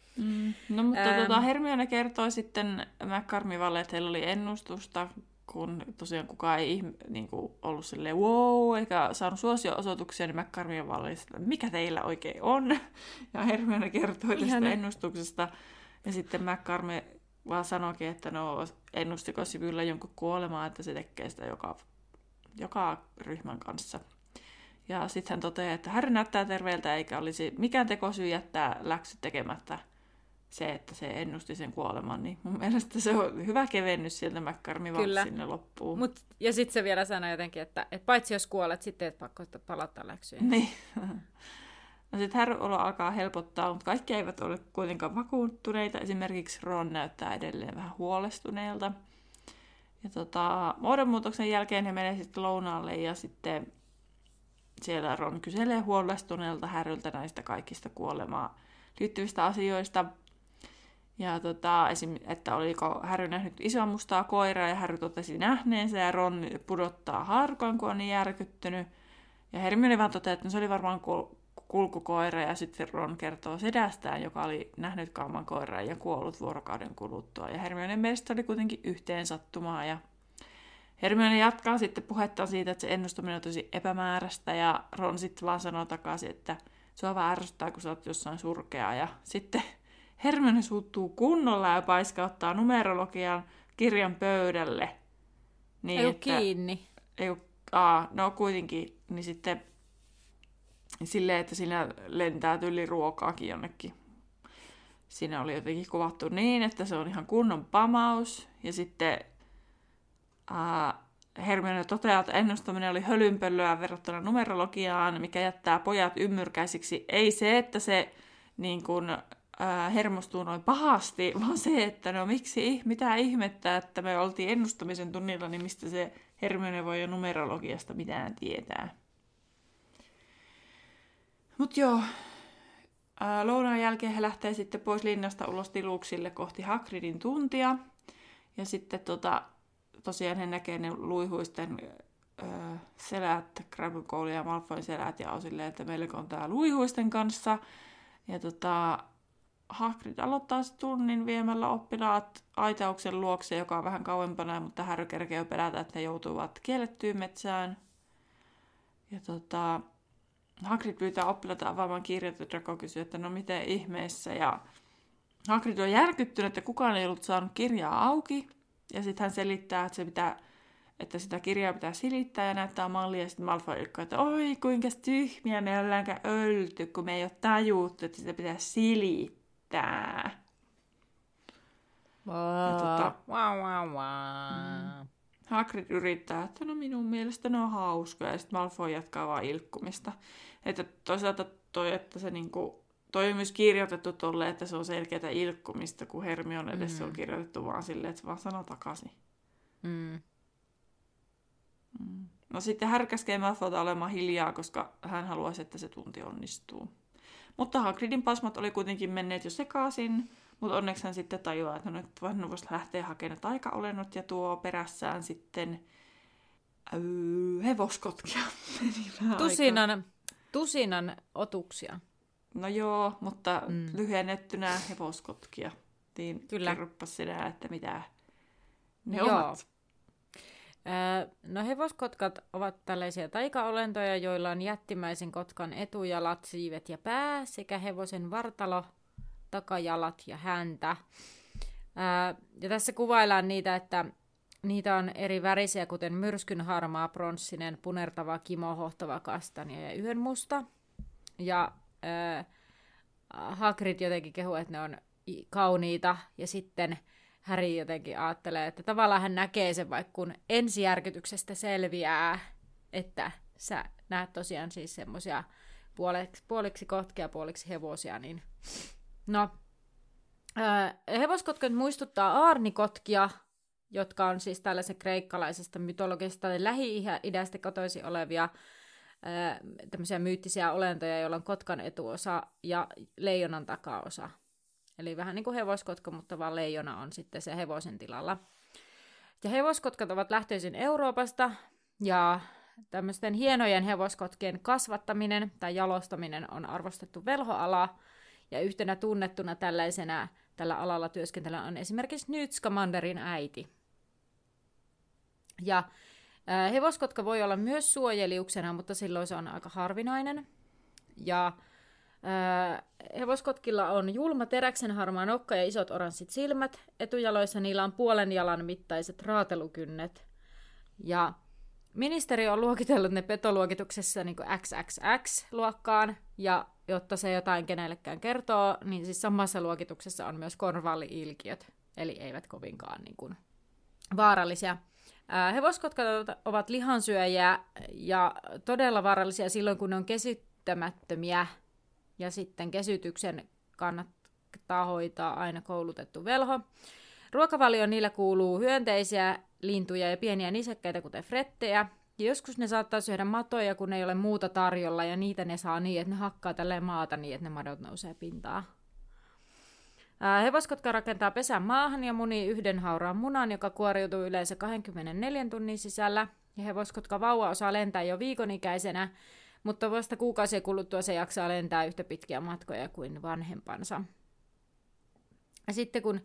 No mutta Hermione kertoi sitten McCormivalle, että heillä oli ennustusta, kun tosiaan kukaan ei niinku ollut silleen wow, eikä saanut suosio-osoituksia, niin McCormivalle oli että mikä teillä oikein on? Ja Hermione kertoi tästä ennustuksesta. Ja sitten McCormick vaan sanoikin, että no ennustiko se kyllä jonkun kuolemaa, että se tekee sitä joka ryhmän kanssa. Ja sitten hän toteaa, että Harry näyttää terveeltä eikä olisi mikään tekosyy jättää läksyt tekemättä se, että se ennusti sen kuoleman. Niin mun mielestä se on hyvä kevennys sieltä McCormivalta sinne loppuun. Ja sitten se vielä sanoi jotenkin, että paitsi jos kuolet, sitten et pakko palata läksyyn. Niin. No sitten Harry-olo alkaa helpottaa, mutta kaikki eivät ole kuitenkaan vakuuttuneita. Esimerkiksi Ron näyttää edelleen vähän huolestuneelta. Ja muodonmuutoksen jälkeen he menee sitten lounaalle ja sitten siellä Ron kyselee huolestuneelta Harryltä näistä kaikista kuolemaan liittyvistä asioista. Ja esim. Että oliko Harry nähnyt isoa mustaa koiraa ja Harry totesi nähneensä ja Ron pudottaa haarukon, kun on niin järkyttynyt. Ja Hermione vaan toteaa, että se oli varmaan kulkukoira ja sitten Ron kertoo sedästään, joka oli nähnyt kauman koiraa ja kuollut vuorokauden kuluttua. Ja Hermionen mielestä oli kuitenkin yhteen sattumaa. Ja Hermione jatkaa sitten puhetta siitä, että se ennustaminen on tosi epämääräistä ja Ron sitten vaan sanoo takaisin, että sua vaan ärsyttää, kun sä oot jossain surkea. Ja sitten Hermione suuttuu kunnolla ja paiskauttaa numerologian kirjan pöydälle. Niin, ei ole kiinni. No kuitenkin, niin sitten silleen, että siinä lentää tyli ruokaakin jonnekin. Siinä oli jotenkin kuvattu niin, että se on ihan kunnon pamaus. Ja sitten Hermione toteaa, että ennustaminen oli hölynpöllöä verrattuna numerologiaan, mikä jättää pojat ymmyrkäisiksi. Ei se, että se niin kun, hermostuu noin pahasti, vaan se, että no miksi, mitä ihmettä, että me oltiin ennustamisen tunnilla, niin mistä se Hermione voi jo numerologiasta mitään tietää. Mut joo, lounaan jälkeen he lähtee sitten pois linnasta ulos tiluksille kohti Hagridin tuntia. Ja sitten tosiaan he näkee ne luihuisten selät, Crabbe ja Malfoyn selät, ja on silleen, että meillä on tää luihuisten kanssa. Ja Hagrid aloittaa tunnin viemällä oppilaat aitauksen luokse, joka on vähän kauempana, mutta Harry kerkeää pelätä, että he joutuvat kiellettyyn metsään. Ja Hagrid pyytää oppilaita avaamaan kirjat, ja Draco kysyy, että no miten ihmeessä. Ja Hagrid on järkyttynyt, että kukaan ei ollut saanut kirjaa auki. Ja sitten hän selittää, että sitä kirjaa pitää silittää ja näyttää mallia. Ja sitten Malfoy ilkkoo, että oi kuinka tyhmiä me ollaankaan ölty, kun me ei ole tajuttu, että sitä pitää silittää. Hagrid yrittää, että no minun mielestä ne on hauskoja. Ja sitten Malfoy jatkaa vaan ilkkumista. Että toisaalta että se niinku toi on myös kirjoitettu tolleen, että se on selkeätä ilkkumista, kun Hermione edes se on kirjoitettu vaan silleen, että se vaan sanoo takaisin. No sitten Harry käskee Malfoyta olemaan hiljaa, koska hän haluaisi, että se tunti onnistuu. Mutta Hagridin pasmat oli kuitenkin menneet jo sekaisin, mutta onneksi hän sitten tajuaa, että nyt voisi lähteä hakemaan taikaolennot ja tuo perässään sitten hevoskotkia. Tusinan otuksia. No joo, mutta lyhennettynä hevoskotkia. Niin kerropa sinä, että mitä ne ovat. No hevoskotkat ovat tällaisia taikaolentoja, joilla on jättimäisen kotkan etujalat, siivet ja pää sekä hevosen vartalo, takajalat ja häntä. Ja tässä kuvaillaan niitä, että niitä on eri värisiä, kuten myrskyn harmaa, pronssinen, punertava, kimohohtava, kastania ja yhdenmusta. Ja Hagrid jotenkin kehuu, että ne on kauniita, ja sitten Harry jotenkin ajattelee, että tavallaan hän näkee sen, vaikka kun ensijärkytyksestä selviää, että sä näet tosiaan siis semmoisia puoliksi kotkia, puoliksi hevosia, niin no, hevoskotkat muistuttaa aarnikotkia, jotka on siis tällaisen kreikkalaisesta mytologisesta Lähi-idästä kotoisin olevia tämmöisiä myyttisiä olentoja, joilla on kotkan etuosa ja leijonan takaosa. Eli vähän niin kuin hevoskotka, mutta vaan leijona on sitten se hevosen tilalla. Ja hevoskotkat ovat lähtöisin Euroopasta, ja tämmöisten hienojen hevoskotkien kasvattaminen tai jalostaminen on arvostettu velhoala. Ja yhtenä tunnettuna tällä alalla työskentelevä on esimerkiksi Newt Scamanderin äiti. Ja hevoskotka voi olla myös suojeliuksena, mutta silloin se on aika harvinainen. Ja hevoskotkilla on julma teräksen harmaa nokka ja isot oranssit silmät. Etujaloissa niillä on puolen jalan mittaiset raatelukynnet. Ja ministeriö on luokitellut ne petoluokituksessa niin kuin XXX-luokkaan, ja jotta se jotain kenellekään kertoo, niin siis samassa luokituksessa on myös korvalli-ilkiöt, eli eivät kovinkaan niin kuin vaarallisia. Hevoskotkat ovat lihansyöjiä ja todella vaarallisia silloin, kun ne on kesyttämättömiä, ja sitten kesytyksen kannattaa hoitaa aina koulutettu velho. Ruokavalioon niillä kuuluu hyönteisiä, lintuja ja pieniä nisäkkäitä, kuten frettejä. Ja joskus ne saattaa syödä matoja, kun ei ole muuta tarjolla, ja niitä ne saa niin, että ne hakkaa tälleen maata niin, että ne madot nousee pintaan. Hevoskotka rakentaa pesän maahan ja munii yhden hauraan munan, joka kuoriutuu yleensä 24 tunnin sisällä. Ja hevoskotka vauva osaa lentää jo viikonikäisenä, mutta vasta kuukausien kuluttua se jaksaa lentää yhtä pitkiä matkoja kuin vanhempansa. Ja sitten kun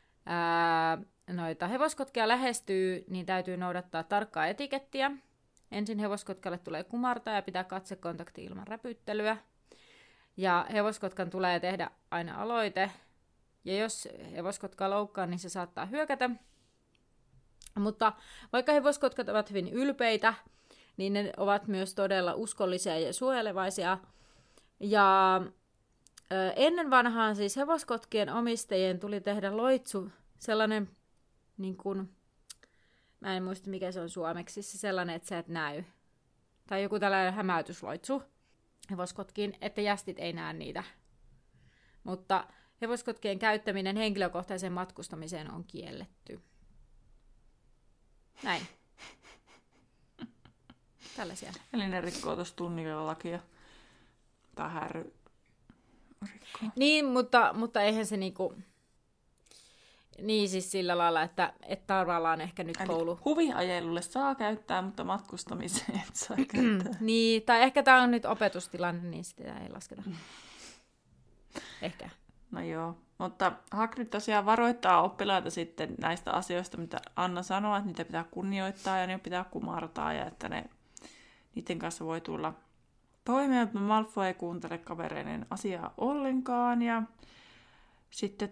noita hevoskotkia lähestyy, niin täytyy noudattaa tarkkaa etikettiä. Ensin hevoskotkalle tulee kumartaa ja pitää katsekontakti ilman räpyttelyä. Ja hevoskotkan tulee tehdä aina aloite. Ja jos hevoskotka loukkaa, niin se saattaa hyökätä. Mutta vaikka hevoskotkat ovat hyvin ylpeitä, niin ne ovat myös todella uskollisia ja suojelevaisia. Ja ennen vanhaan siis hevoskotkien omistajien tuli tehdä loitsu, sellainen, niin kuin, mä en muista mikä se on suomeksi, se sellainen, että sä et näy. Tai joku tällainen hämäytysloitsu hevoskotkiin, että jästit ei näe niitä. Mutta hevoskotkien käyttäminen henkilökohtaiseen matkustamiseen on kielletty. Näin. Tällaisia. Eli ne rikkoo tuossa tunnilla lakia. Tai härry rikkoo. Niin, mutta eihän se niinku... Niin siis sillä lailla, että tavallaan ehkä nyt koulu... Huviajelulle saa käyttää, mutta matkustamiseen et saa käyttää. Niin, tai ehkä tämä on nyt opetustilanne, niin sitä ei lasketa. Ehkä. No joo, mutta Hagrid tosiaan varoittaa oppilaita sitten näistä asioista, mitä Anna sanoo, että niitä pitää kunnioittaa ja ne pitää kumartaa ja että niiden kanssa voi tulla toimeen, mutta Malfoy ei kuuntele kavereiden asiaa ollenkaan ja sitten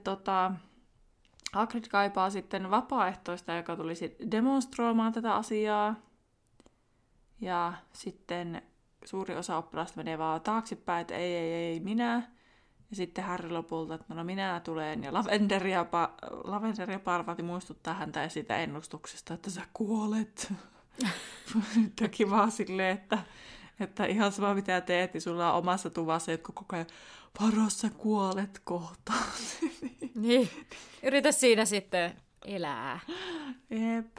Hagrid kaipaa sitten vapaaehtoista, joka tulisi demonstroimaan tätä asiaa ja sitten suuri osa oppilaista menee vaan taaksepäin, että ei minä. Ja sitten Harry lopulta, että no minä tulen, ja Lavender ja Parvati muistuttaa häntä siitä ennustuksesta, että sä kuolet. Teki vaan silleen, että ihan sama mitä teet, niin sulla on omassa tuvassa, jotka koko ajan, varo sä kuolet kohta. Niin, yritä siinä sitten elää. Jep.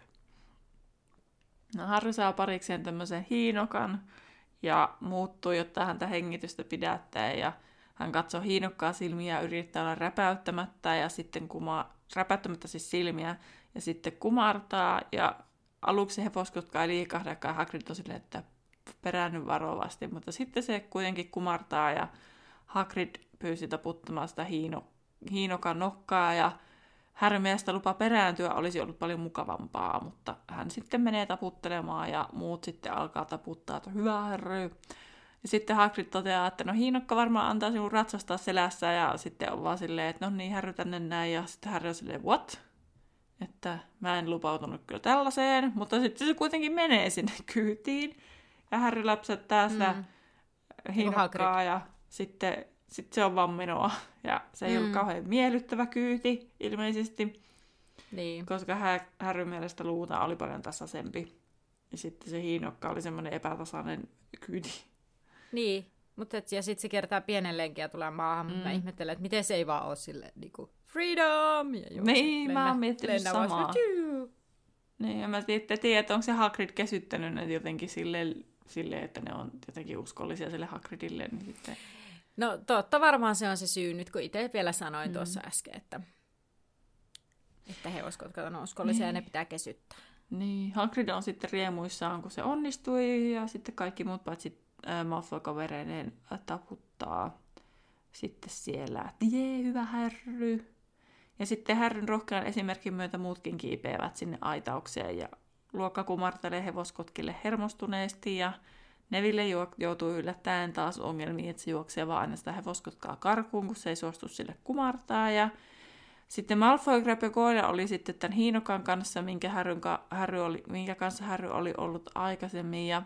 No Harry saa parikseen tämmöisen hiinokan, ja muuttuu, jotta häntä hengitystä pidättää, ja hän katsoo hiinokkaa silmiä ja yrittää olla räpäyttämättä ja sitten räpäyttämättä siis silmiä ja sitten kumartaa. Ja aluksi hevoskotka ei liikahdakaan, Hagrid on silleen, että peräänny varovasti, mutta sitten se kuitenkin kumartaa ja Hagrid pyysi taputtamaan sitä hiinokan nokkaa ja Harryn mielestä lupa perääntyä olisi ollut paljon mukavampaa, mutta hän sitten menee taputtelemaan ja muut sitten alkaa taputtaa, että hyvä Harry. Ja sitten Hagrid toteaa, että no hiinokka varmaan antaa sinun ratsastaa selässä ja sitten on vaan silleen, että no niin Harry tänne näin ja sitten Harry on silleen, what? Että mä en lupautunut kyllä tällaiseen, mutta sitten se kuitenkin menee sinne kyytiin ja Harry läpsättää sitä hiinokkaa ja sitten se on vaan menoa ja se ei ollut kauhean miellyttävä kyyti ilmeisesti, niin. Koska Harryn mielestä luuta oli paljon tasaisempi ja sitten se hiinokka oli semmoinen epätasainen kyyti. Niin, mutta ja sitten se kertaa pienen lenkin ja tulee maahan, mutta mä ihmettelen, että miten se ei vaan ole silleen niinku freedom! Ja niin, mä oon miettinyt samaa. Niin, ja mä tiedän, että onko se Hagrid kesyttänyt ne jotenkin silleen, että ne on jotenkin uskollisia sille Hagridille. Niin sitten... No totta varmaan se on se syy nyt, kun itse vielä sanoin tuossa äsken, että hevoskotkat on uskollisia ja ne pitää kesyttää. Niin, Hagrid on sitten riemuissaan, kun se onnistui, ja sitten kaikki muut paitsi Malfoy-kavereiden taputtaa sitten siellä, että jee, hyvä Harry. Ja sitten Harryn rohkean esimerkin myötä muutkin kiipeävät sinne aitaukseen ja luokka kumartelee hevoskotkille hermostuneesti ja Neville joutuu yllättäen taas ongelmiin, että se juoksee vaan aina sitä hevoskotkaa karkuun, kun se ei suostu sille kumartaa. Ja sitten Malfoy, Crabbe ja Goyle oli sitten tämän Hiinokan kanssa, minkä kanssa Harry oli ollut aikaisemmin. Ja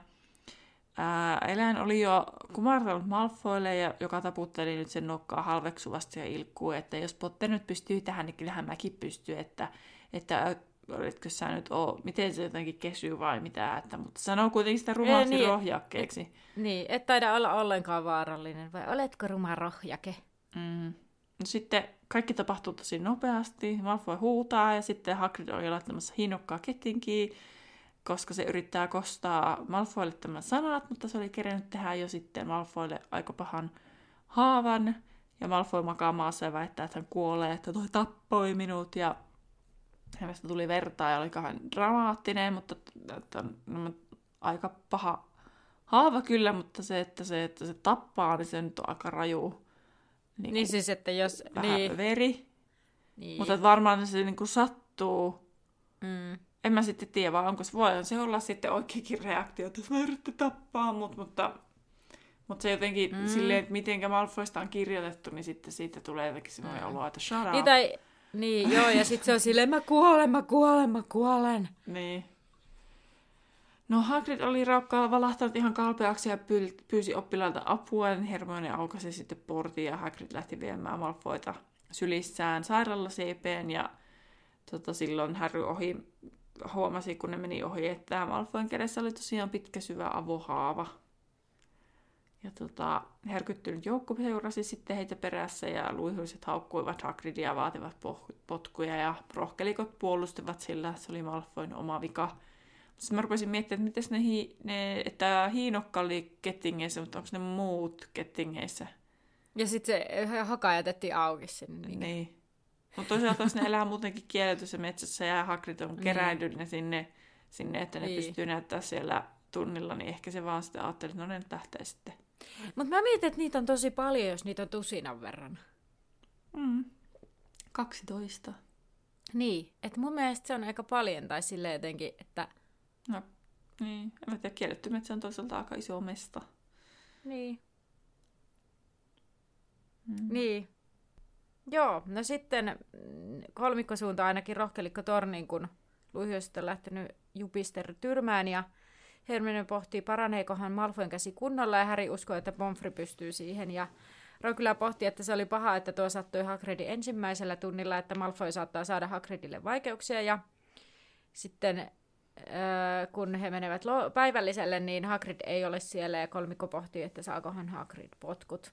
eläin oli jo kumartanut Malfoylle, joka taputteli nyt sen nokkaa halveksuvasti ja ilkkuu, että jos Potter nyt pystyy tähän, niin kyllähän mäkin pystyn, että oletko sä nyt miten se jotenkin kesyy vai mitä, mutta sanoo kuitenkin sitä rumaksi niin, rohjakkeeksi. Niin, et taida olla ollenkaan vaarallinen, vai oletko ruma rohjake? No sitten kaikki tapahtuu tosi nopeasti, Malfoy huutaa ja sitten Hagrid on jo laittamassa Hiinokkaa kettinkiin, koska se yrittää kostaa Malfoylle tämän sanat, mutta se oli kerennyt tehdä jo sitten Malfoylle aika pahan haavan. Ja Malfoy makaa maassa ja väittää, että hän kuolee, että toi tappoi minut. Ja hänestä tuli vertaa ja oli kauhean dramaattinen, mutta aika paha haava kyllä, mutta että se tappaa, niin se nyt on aika raju. Niin siis, että jos... Vähän veri. Niin. Mutta varmaan se niin kuin sattuu. En mä sitten tiedä, vaan voi se olla sitten oikeakin reaktio, että mä yritin tappaa, mutta se jotenkin silleen, että mitenkä Malfoysta on kirjoitettu, niin sitten siitä tulee jotenkin semmoinen olo, että shut up. Niin, joo, ja sitten se on silleen, mä kuolen. Niin. No Hagrid oli raukkaa valahtanut ihan kalpeaksi ja pyysi oppilailta apua, ja Hermione aukaisi sitten portin, ja Hagrid lähti viemään Malfoyta sylissään sairaalasiipeen, ja silloin Harry huomasi, kun ne meni ohi, että Malfoyn kädessä oli tosiaan pitkä syvä avohaava. Ja herkyttynyt joukko seurasi sitten heitä perässä ja luihuiset haukkuivat Hagridia ja vaativat potkuja ja rohkelikot puolustivat sillä, se oli Malfoyn oma vika. Sitten mä rupesin miettimään, että miten että Hiinokka oli kettingeissä, mutta onko ne muut kettingeissä? Ja sitten se haka jätettiin auki sinne. Niin. Mutta toisaalta jos ne elää muutenkin kielletyssä metsässä ja Hagrid on keräillyt ne sinne, että ne pystyy näyttää siellä tunnilla, niin ehkä se vaan sitten ajatteli, että no ne nyt lähtee sitten. Mutta mä mietin, että niitä on tosi paljon, jos niitä on tusinan verran. 12. Niin, että mun mielestä se on aika paljon, tai silleen jotenkin, että... No, niin. En mä tiedä, kielletty metsä on toisaalta aika iso mesta. Niin. Niin. Joo, no sitten kolmikkosuunta ainakin rohkelikko torniin, kun luihuiset on lähtenyt Jupister tyrmään, ja Hermione pohtii, paraneekohan Malfoyn käsi kunnolla, ja Harry uskoo, että Pomfrey pystyy siihen, ja Ron kyllä pohti, että se oli paha, että tuo sattui Hagridin ensimmäisellä tunnilla, että Malfoy saattaa saada Hagridille vaikeuksia, ja sitten kun he menevät päivälliselle, niin Hagrid ei ole siellä, ja kolmikko pohtii, että saakohan Hagrid potkut.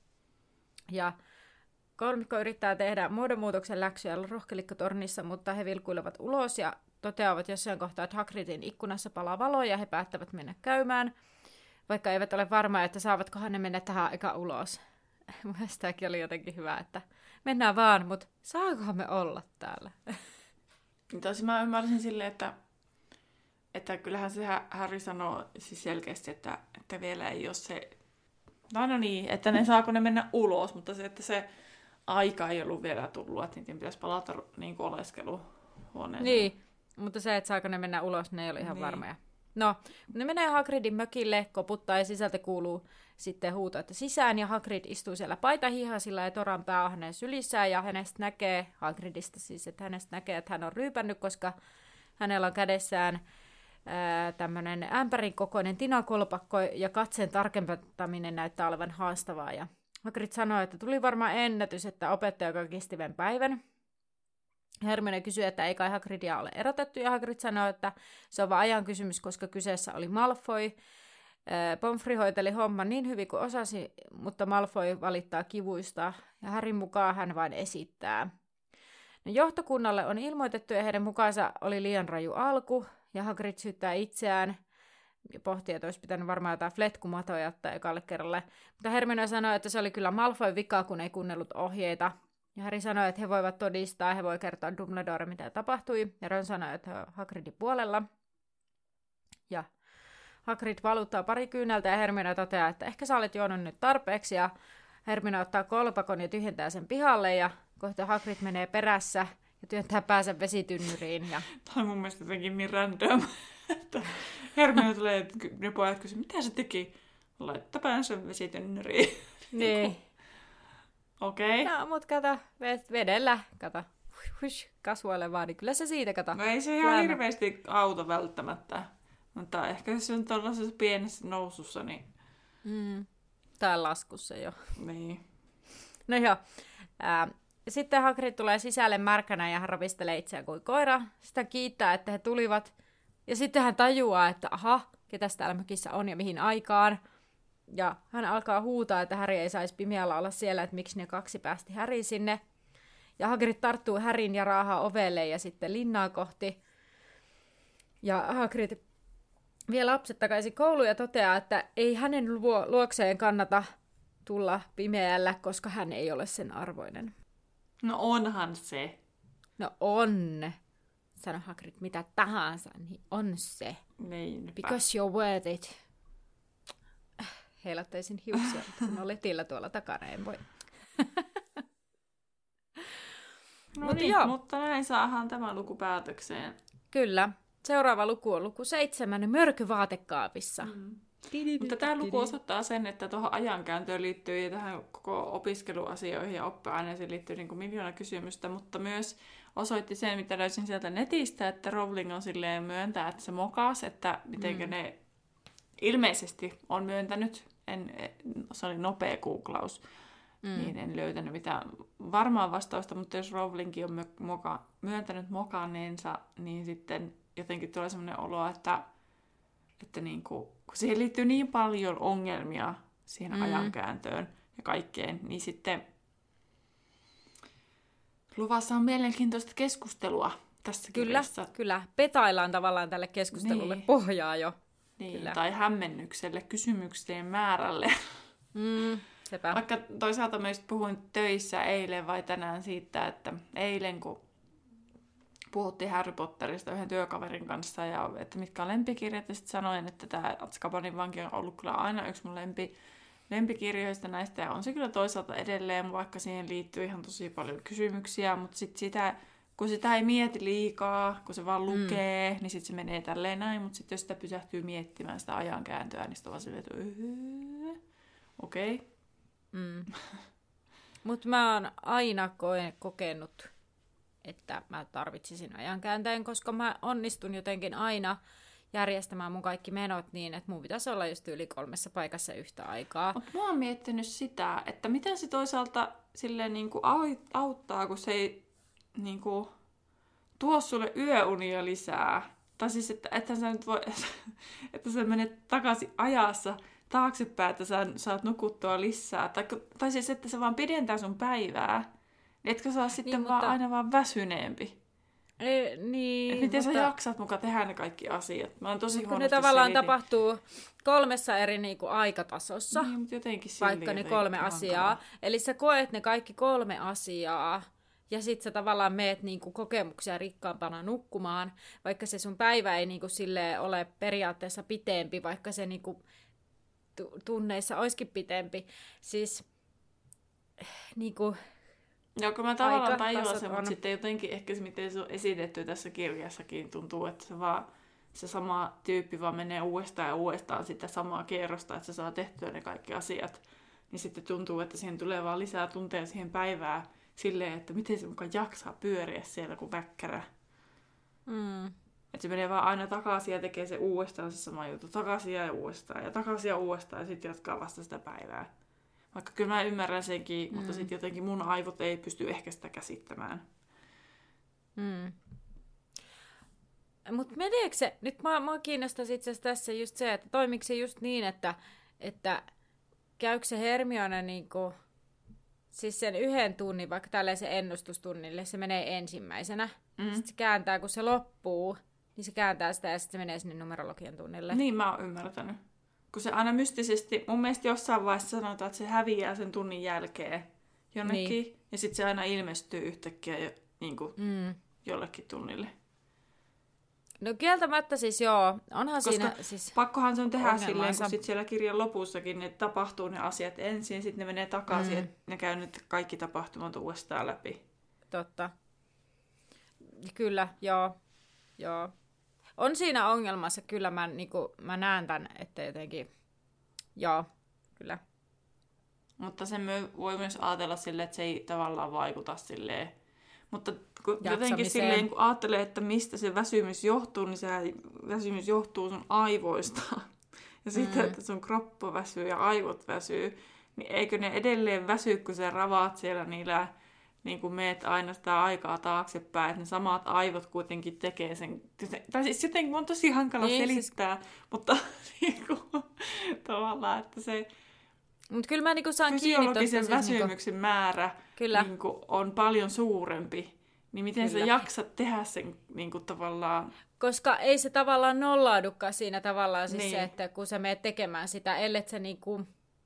Ja kolmikko yrittää tehdä muodonmuutoksen läksyjä rohkelikkotornissa, mutta he vilkuilevat ulos ja toteavat jossain kohtaa, että Hagridin ikkunassa palaa valo ja he päättävät mennä käymään, vaikka eivät ole varmaa, että saavatkohan ne mennä tähän aikaan ulos. Mielestäni tämäkin oli jotenkin hyvä, että mennään vaan, mutta saakohan me olla täällä? Tosi mä ymmärsin silleen, että kyllähän se Harry sanoo siis selkeästi, että vielä ei ole se... No niin, että ne saako ne mennä ulos, mutta se, että se aika ei ollut vielä tullut, että niiden pitäisi palata niin kuin oleskeluhuoneeseen. Niin, mutta se, että saako ne mennä ulos, ne ei ole ihan varmoja. No, ne menee Hagridin mökille, koputtaa ja sisältä kuuluu sitten huuto, että sisään, ja Hagrid istuu siellä paitahihasilla ja Toran pää on hänen sylissään, ja hänestä näkee, Hagridista siis, että hänestä näkee, että hän on ryypännyt, koska hänellä on kädessään tämmöinen ämpärin kokoinen tinakolpakko, ja katseen tarkentaminen näyttää olevan haastavaa, ja Hagrid sanoi, että tuli varmaan ennätys, että opettaja joka kestiven päivän. Hermione kysyi, että ei kai Hagridia ole erotettu, ja Hagrid sanoi, että se on vain ajan kysymys, koska kyseessä oli Malfoy. Pomfrey hoiteli homman niin hyvin kuin osasi, mutta Malfoy valittaa kivuista, ja Harryn mukaan hän vain esittää. No, johtokunnalle on ilmoitettu, ja heidän mukaansa oli liian raju alku, ja Hagrid syyttää itseään, ja pohtii, että olisi pitänyt varmaan jotain fletkumatoa jättää ekalle kerralle. Mutta Hermione sanoi, että se oli kyllä Malfoyn vika, kun ei kuunnellut ohjeita. Ja Harry sanoi, että he voivat todistaa, he voi kertoa Dumbledore, mitä tapahtui. Ja Ron sanoi, että he on Hagridin puolella. Ja Hagrid valuttaa pari kyyneltä ja Hermione toteaa, että ehkä sä olet juonut nyt tarpeeksi. Ja Hermione ottaa kolpakon ja tyhjentää sen pihalle ja kohta Hagrid menee perässä ja työntää päänsä vesitynnyriin. Ja... Tämä on mun mielestä jotenkin niin random, että Hermione tulee, ne pojat kysyy, mitä se teki? Laittaa päänsä vesitynnyriin. Niin. Okei. Okay. No, mut kato, vedellä, kato. Hush, kasvoille vaan, niin kyllä se siitä kato. No ei se ihan hirveästi auta välttämättä. Mutta ehkä jos se on tuollaisessa pienessä nousussa, niin... Tai laskussa jo. Niin. No joo. Sitten Hagrid tulee sisälle märkänä ja hän ravistelee itseään kuin koira. Sitä kiittää, että he tulivat. Ja sitten hän tajuaa, että aha, ketäs täällä mökissä on ja mihin aikaan. Ja hän alkaa huutaa, että Harry ei saisi pimeällä olla siellä, että miksi ne kaksi päästi Harry sinne. Ja Hagrid tarttuu Harryn ja raahaa ovelle ja sitten linnaa kohti. Ja Hagrid vie lapset takaisin kouluun ja toteaa, että ei hänen luokseen kannata tulla pimeällä, koska hän ei ole sen arvoinen. No onhan se. No on. Sano Hagrid mitä tahansa, niin on se. Niinpä. Because you're worth it. Heilattaisin hiuksia, kun on letillä tuolla takana, en voi. No mutta näin saadaan tämä luku päätökseen. Kyllä. Seuraava luku on luku 7, mörkö vaatekaapissa. Mutta tämä luku osoittaa sen, että tuohon ajankääntöön liittyy ja tähän koko opiskeluasioihin ja oppiaineisiin liittyy niin kuin miljoona kysymystä, mutta myös osoitti sen, mitä löysin sieltä netistä, että Rowling on silleen myöntää, että se mokas, että mitenkä ne ilmeisesti on myöntänyt. Se oli nopea googlaus, niin en löytänyt mitään varmaa vastausta, mutta jos Rowlingkin on myöntänyt mokanneensa, niin sitten jotenkin tulee sellainen olo, että niin kuin, kun siihen liittyy niin paljon ongelmia siihen ajankääntöön ja kaikkeen, niin sitten luvassa on mielenkiintoista keskustelua tässä kirjassa. Kyllä. Petaillaan tavallaan tälle keskustelulle pohjaa jo. Niin, tai hämmennykselle, kysymyksien määrälle. Sepä. Vaikka toisaalta mä just puhuin töissä eilen vai tänään siitä, että eilen kun puhuttiin Harry Potterista yhden työkaverin kanssa ja että mitkä on lempikirjat, ja sitten sanoin, että tämä Azkabanin vanki on ollut kyllä aina yksi mun lempikirjoista näistä, ja on se kyllä toisaalta edelleen, vaikka siihen liittyy ihan tosi paljon kysymyksiä, mutta sitten kun sitä ei mieti liikaa, kun se vaan lukee, niin sitten se menee tälleen näin, mutta sitten jos sitä pysähtyy miettimään sitä ajankääntöä, niin sitten on vaan silleen, että okei. Mutta mä oon aina kokenut, että mä tarvitsisin ajankääntäjän, koska mä onnistun jotenkin aina järjestämään mun kaikki menot niin, että mun pitäisi olla just yli 3 paikassa yhtä aikaa. Mutta mä oon miettinyt sitä, että miten se toisaalta silleen niinku auttaa, kun se ei niinku tuo sulle yöunia lisää. Tai siis, että sä nyt voi, että sä menet takaisin ajassa taaksepäin, että sä saat nukuttua lisää. Tai siis, että se vaan pidentää sun päivää. Etkö sä sitten niin, aina vaan väsyneempi? Niin, et miten sä jaksat mukaan tehdä ne kaikki asiat? Mä oon tosi kun ne tavallaan tapahtuu 3 eri niinku aikatasossa, niin, mutta jotenkin vaikka ne 3 asiaa. Eli sä koet ne kaikki 3 asiaa, ja sit sä tavallaan meet niinku kokemuksia rikkaampana nukkumaan, vaikka se sun päivä ei niinku silleen ole periaatteessa pitempi, vaikka se niinku tunneissa olisikin pitempi. Siis niinku... Joo, kun mä tavallaan tajuan sen, mutta sitten jotenkin ehkä se, miten se on esitetty tässä kirjassakin, tuntuu, että se sama tyyppi vaan menee uudestaan ja uudestaan sitä samaa kierrosta, että se saa tehtyä ne kaikki asiat. Niin sitten tuntuu, että siihen tulee vaan lisää tunteja siihen päivään silleen, että miten se mukaan jaksaa pyöriä siellä kuin väkkärä. Että se menee vaan aina takaisin ja tekee se uudestaan se sama juttu. Takaisin ja uudestaan ja takaisin ja uudestaan ja sitten jatkaa vasta sitä päivää. Vaikka kyllä mä ymmärrän senkin, mutta sitten jotenkin mun aivot ei pysty ehkä sitä käsittämään. Mutta meneekö se, nyt mä kiinnostaisi itse asiassa tässä just se, että toimiko se just niin, että käykö se Hermione niinku, siis sen 1 tunnin, vaikka tällaisen ennustustunnille, se menee ensimmäisenä. Sitten se kääntää, kun se loppuu, niin se kääntää sitä ja sitten se menee sinne numerologian tunnille. Niin mä oon ymmärtänyt. Kun se aina mystisesti, mun mielestä jossain vaiheessa sanotaan, että se häviää sen tunnin jälkeen jonnekin, niin. Ja sitten se aina ilmestyy yhtäkkiä niin kuin jollekin tunnille. No kieltämättä siis joo, onhan Koska siinä siis pakkohan se on tehdä silleen, ongelmansa. kun sit siellä kirjan lopussakin ne tapahtuu ne asiat ensin, sitten ne menee takaisin, että ne käy nyt kaikki tapahtumat uudestaan läpi. Totta. Kyllä, joo. On siinä ongelmassa, kyllä mä näen tämän, että jotenkin, joo, kyllä. Mutta sen voi myös ajatella silleen, että se ei tavallaan vaikuta silleen. Mutta jotenkin silleen, kun ajattelee, että mistä se väsymys johtuu, niin se väsymys johtuu sun aivoista. Ja siitä, että sun kroppa väsyy ja aivot väsyy. Niin eikö ne edelleen väsy, kun sä ravaat siellä niillä, niin kuin meet aina sitä aikaa taaksepäin, että ne samat aivot kuitenkin tekee sen. Tai siis jotenkin on tosi hankala selittää, mutta niin kuin, tavallaan, että se mut kyllä mä niinku saan fysiologisen väsymyksen määrä niinku on paljon suurempi. Niin miten sä jaksat tehdä sen niinku tavallaan? Koska ei se tavallaan nollaudukaan siinä tavallaan siis se, että kun sä meet tekemään sitä, ellet sä niinku...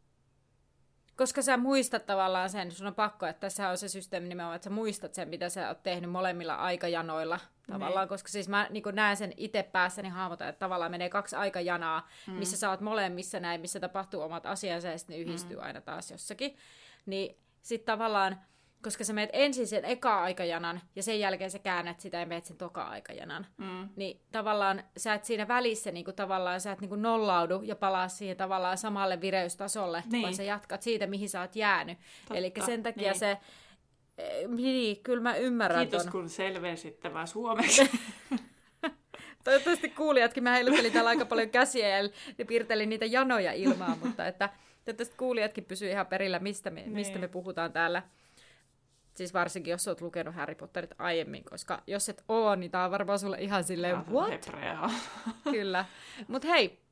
Koska sä muistat tavallaan sen, sun on pakko, että tässä on se systeemi nimenomaan, että sä muistat sen, mitä sä oot tehnyt molemmilla aikajanoilla tavallaan, koska siis mä niin näen sen itse päässäni hahmotan, että tavallaan menee 2 aikajanaa, missä sä oot molemmissa näin, missä tapahtuu omat asiansa ja sitten ne yhdistyy aina taas jossakin. Niin sit tavallaan, koska sä meet ensin sen eka aikajanan ja sen jälkeen sä käännät sitä ja meet sen toka aikajanan, niin tavallaan sä et siinä välissä niinku tavallaan sä et niinku nollaudu ja palaa siihen tavallaan samalle vireystasolle, vaan sä jatkat siitä, mihin sä oot jäänyt. Eli sen takia se, kyllä mä ymmärrän Kiitos, ton. kun selvensit tämä suomeksi. Toivottavasti kuulijatkin, mä heiluttelin täällä aika paljon käsiä ja piirtelin niitä janoja ilmaan, mutta että toivottavasti kuulijatkin pysyy ihan perillä, mistä me puhutaan täällä. Siis varsinkin, jos olet lukenut Harry Potterit aiemmin, koska jos et oo, niin tää on varmaan sulle ihan silleen, what? Kyllä. Mut hei,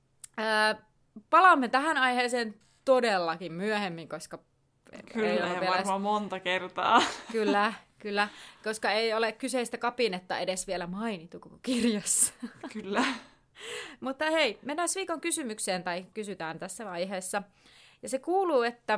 palaamme tähän aiheeseen todellakin myöhemmin, koska kyllä, ei ole vielä varmaan monta kertaa. Kyllä, koska ei ole kyseistä kapinetta edes vielä mainittu koko kirjassa. Kyllä. Mutta hei, mennään viikon kysymykseen, tai kysytään tässä vaiheessa. Ja se kuuluu, että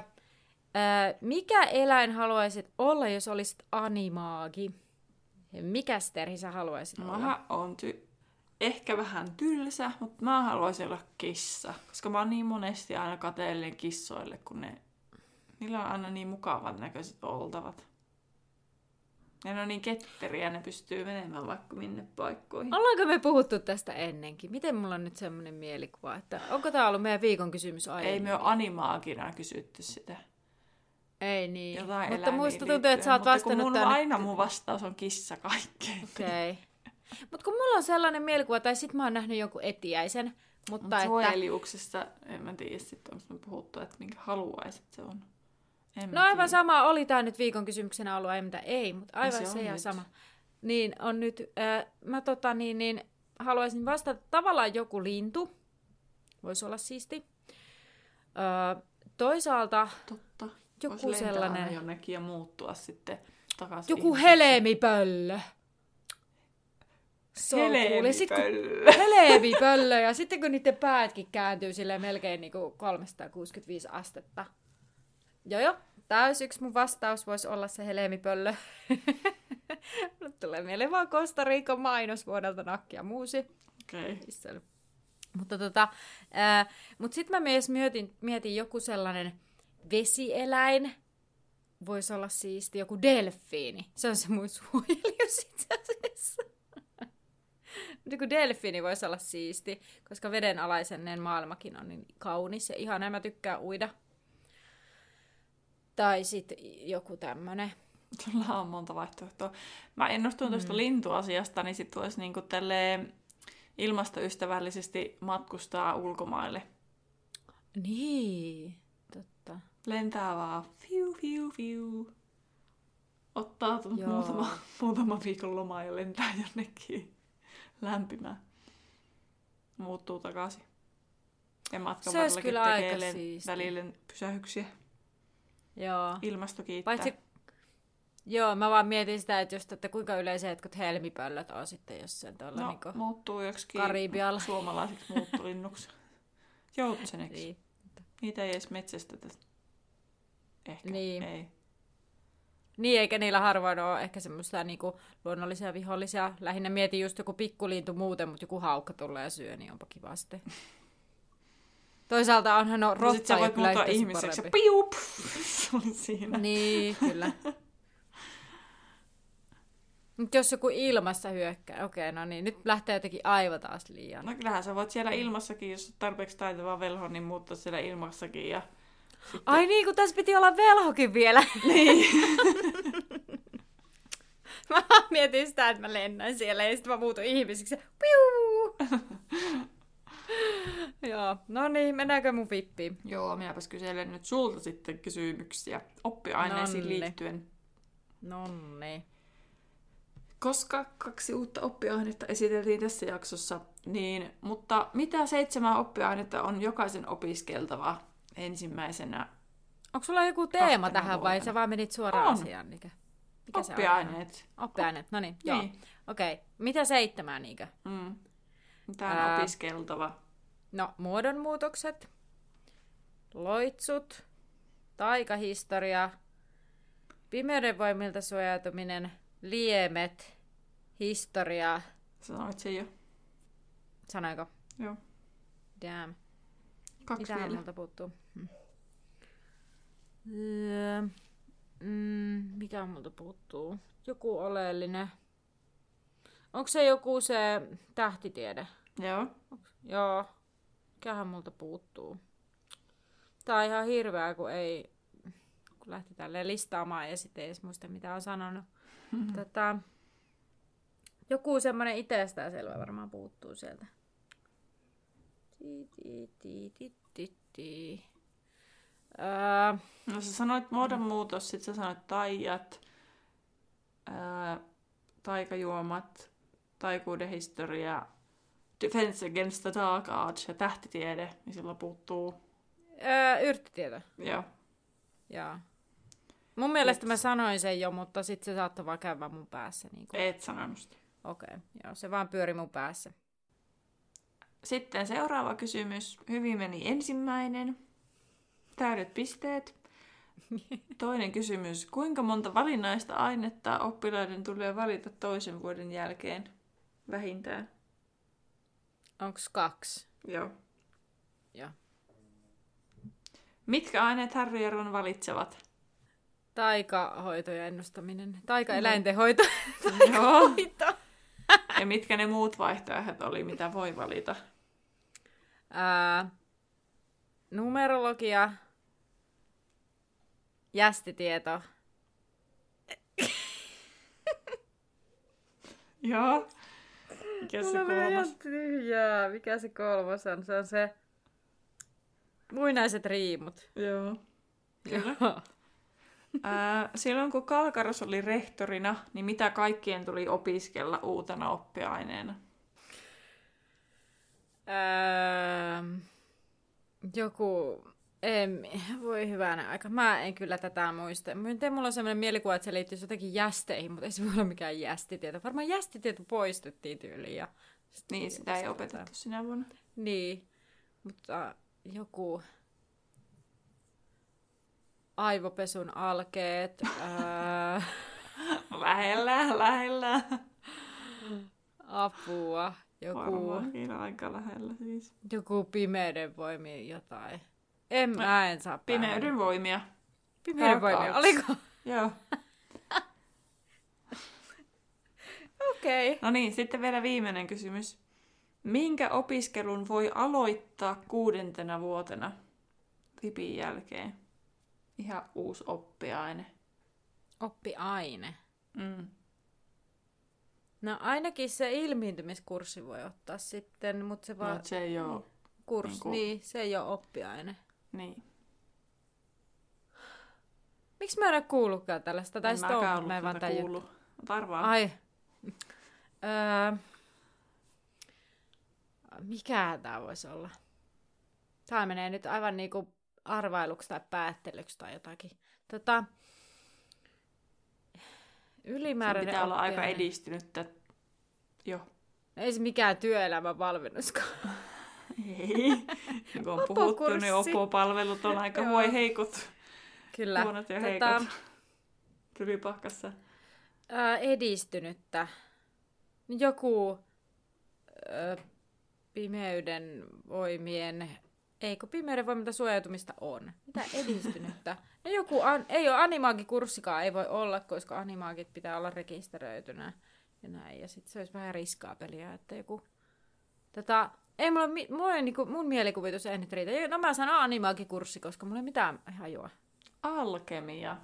mikä eläin haluaisit olla, jos olisit animaagi? Mikäs Terhi sä haluaisit olla? Mä oon ehkä vähän tylsä, mutta mä haluaisin olla kissa. Koska mä oon niin monesti aina kateellinen kissoille, kun niillä on aina niin mukavan näköiset oltavat. Ja ne on niin ketteriä, ne pystyy menemään vaikka minne paikkoihin. Ollaanko me puhuttu tästä ennenkin? Miten mulla on nyt semmoinen mielikuva, että onko tää ollut meidän viikon kysymys aiemmin? Ei me ole animaagina kysytty sitä. Ei niin. Jotain mutta musta tuntuu, että sä oot vastannut tänne. Aina mun vastaus on kissa kaikkeen. Okei. Okay. Mutta kun mulla on sellainen mielikuva, tai sit mä oon nähnyt jonkun etiäisen. Mutta suojeliuksessa, en mä tiedä sitten, onko me puhuttu, että minkä haluaisit se on. No aivan sama, oli tää nyt viikon kysymyksenä ollut, ei mitä ei, mutta aivan se ihan sama. Niin on nyt, mä haluaisin vastata tavallaan joku lintu, voisi olla siisti. Toisaalta totta. Joku vois sellainen jonnekin ja muuttua sitten takaisin. Joku helmipöllö. Helmipöllö. Ja sitten kun niiden päätkin kääntyy silleen melkein niinku 365 astetta. Joo. Tää olisi yksi mun vastaus, voisi olla se helmipöllö. Mulle tulee mieleen vaan Costa Rican mainos vuodelta Nakki ja Muusi. Okei. Okay. Mutta sitten mä myös mietin joku sellainen vesieläin. Voisi olla siisti joku delfiini. Se on se mun suojelius itse asiassa. Joku delfiini voisi olla siisti, koska vedenalaisen maailmakin on niin kaunis ja ihana. Mä tykkään uida. Tai sitten joku tämmönen. Sulla on monta vaihtoehtoa. Mä ennustun tuosta lintuasiasta, niin sit voisi niinku tälleen ilmastoystävällisesti matkustaa ulkomaille. Niin, totta. Lentää vaan fiu. Ottaa muutama viikon lomaa ja lentää jonnekin lämpimään. Muuttuu takaisin. Ja matkan varrellakin tekee välillä pysähyksiä. Joo. Ilmasto kiittää. Joo, mä vaan mietin sitä, että kuinka yleisiä jotkut helmipöllöt on sitten jossain tuolla niinku muuttuu joksikin Karibialla suomalaiseksi muuttolinnuksi. Joutseneksi. Niin. Niitä ei edes metsästetä. Ehkä ei. Niin, eikä niillä harvoin ole ehkä semmoista niinku luonnollisia vihollisia. Lähinnä mietin just joku pikkulintu muuten, mutta joku haukka tulee ja syö, niin onpa kiva sitten. Toisaalta onhan rotta sitten sä voit muuttua ihmiseksi ja piup! Se oli siinä. Niin, kyllä. Mutta jos joku ilmassa hyökkää, okei, no niin, nyt lähtee jotenkin aivo taas liian. No kyllähän sä voit siellä ilmassakin, jos olet tarpeeksi taitava velho, niin muuttaa siellä ilmassakin. Ja sitten... Ai niin, kun tässä piti olla velhokin vielä. Niin. Mä mietin sitä, että mä lennän siellä ja sitten mä muutun ihmisiksi. Piu! Joo, no niin, mennäänkö mun vippiin? Joo, minäpäs kyselen nyt sulta sitten kysymyksiä oppiaineisiin liittyen. Nonni. Koska 2 uutta oppiainetta esiteltiin tässä jaksossa, mutta mitä 7 oppiainetta on jokaisen opiskeltava ensimmäisenä? Onko sulla joku teema tähän vai sä vaan menit suoraan asiaan? Mikä oppiaineet. Oppiaineet, no niin, joo. Okei, mitä 7 niinkö? Mitä on opiskeltava? No, muodonmuutokset, loitsut, taikahistoria, pimeyden voimilta suojautuminen, liemet, historia. Sanoit sen jo. Sanoinko? Joo. Damn. 2 Mitähän vielä. multa puuttuu? Mikä multa puuttuu? Joku oleellinen. Onko se joku se tähtitiede? Joo. Joo. Mikähän multa puuttuu? Tää on ihan hirveää, kun lähti tälleen listaamaan ja sitten ei edes muista, mitä on sanonut. Joku semmonen itsestäänselvä varmaan puuttuu sieltä. No sä sanoit muodonmuutos, sit sä sanoit taijat, taikajuomat, taikuuden historia, Defense Against the Dark Arts ja tähtitiede, niin silloin puuttuu. Yrttitieto. Joo. Joo. Mun mielestä mä sanoin sen jo, mutta sit se saattoi vaan käydä mun päässä. Niin Et sanonut sitä. Okei, joo, se vaan pyöri mun päässä. Sitten seuraava kysymys. Hyvin meni ensimmäinen. Täydet pisteet. Toinen kysymys. Kuinka monta valinnaista ainetta oppilaiden tulee valita toisen vuoden jälkeen? Vähintään. Onks 2? Joo. Joo. Mitkä aineet Harry ja Ron valitsevat? Taikahoito ja ennustaminen. Taikaeläintenhoito. Joo. Ja mitkä ne muut vaihtoehdot oli, mitä voi valita? Numerologia. Jästitieto. Joo. Mikä se kolmas? Tyhjää. Mikä se kolmas on? Se on se muinaiset riimut. Joo. Kyllä. Silloin kun Kalkaros oli rehtorina, niin mitä kaikkien tuli opiskella uutena oppiaineena? Joku... Voi hyvänä aika. Mä en kyllä tätä muista. Mulla on sellainen mielikuva, että se liittyisi jotenkin jästeihin, mutta ei se voi olla mikään jästitieto. Varmaan jästitieto poistettiin tyyliin. Ja niin, sitä ei opetettu sinä vuonna. Niin, mutta joku... Aivopesun alkeet. Lähellä. Apua. Varmaankin aika lähellä siis. Joku pimeyden voimia jotain. Mä en saa päähän. Pimeyden voimia. Pimeyden voimia, oliko? Joo. Okei. No niin, sitten vielä viimeinen kysymys. Minkä opiskelun voi aloittaa 6. vuotena VIPin jälkeen? Ihan uusi oppiaine. Oppiaine? No ainakin se ilmiintymiskurssi voi ottaa sitten, mutta se vaan... No, se ei ole... Kurssi, niin, se ei ole oppiaine. Niin. Miksi mä en ole kuullutkaan tällaista? Tai en mäkään ollut tätä kuullut. Arvaa. Ai. Mikä tää voisi olla? Tää menee nyt aivan niinku arvailuksi tai päättelyksi tai jotakin. Ylimääräinen pitää olla oppiaine. aika edistynyttä. Joo. Ei se mikään työelämän valmennuskaan. Ei. Kun on puhuttu, niin opopalvelut on aika heikot. Kyllä. Huonot ja heikot. Tulipahkassa? Edistynyttä. Joku pimeyden voimien... Eikö pimeyden voimilta suojautumista on? Mitä edistynyttä? No joku, ei ole animaagikurssikaan, ei voi olla, koska animaagit pitää olla rekisteröitynä. Ja näin, ja sitten se olisi vähän riskaapeliä, että joku... Ei mulla niinku, mun mielikuvitus ei nyt riitä. No mä sanon animaagikurssi, koska mulla ei mitään hajua. Alkemia.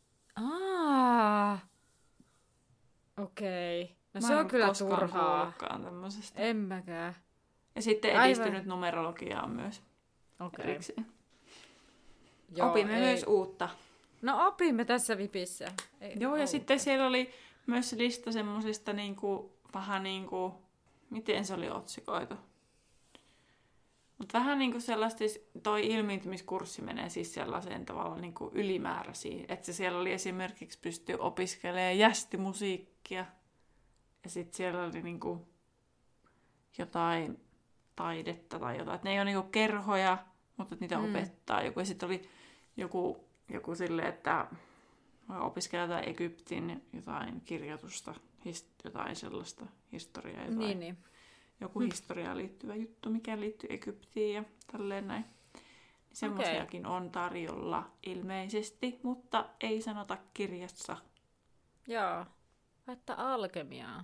Okei. No se on kyllä turhaa. Tämmöisestä. En mäkään. Ja sitten edistynyt numerologia on myös. Okei. Opimme myös uutta. No opimme tässä vipissä. Joo, ja sitten siellä oli myös lista semmosista niinku, vähän niinku, miten se oli otsikoitu? Mutta vähän niinku sellaista, toi ilmiintymiskurssi menee siis sellaiseen tavalla niinku ylimääräisiin. Että siellä oli esimerkiksi pystyy opiskelemaan jästimusiikkia. Ja sitten siellä oli niinku jotain taidetta tai jotain. Että ne ei ole niinku kerhoja, mutta niitä opettaa joku. Ja sitten oli joku silleen, että opiskella jotain Egyptin jotain kirjoitusta, jotain sellaista historiaa. Jotain. Niin. Joku historiaan liittyvä juttu, mikä liittyy Egyptiin ja tälleen näin. Semmoisiakin on tarjolla ilmeisesti, mutta ei sanota kirjassa. Joo. Että alkemiaa.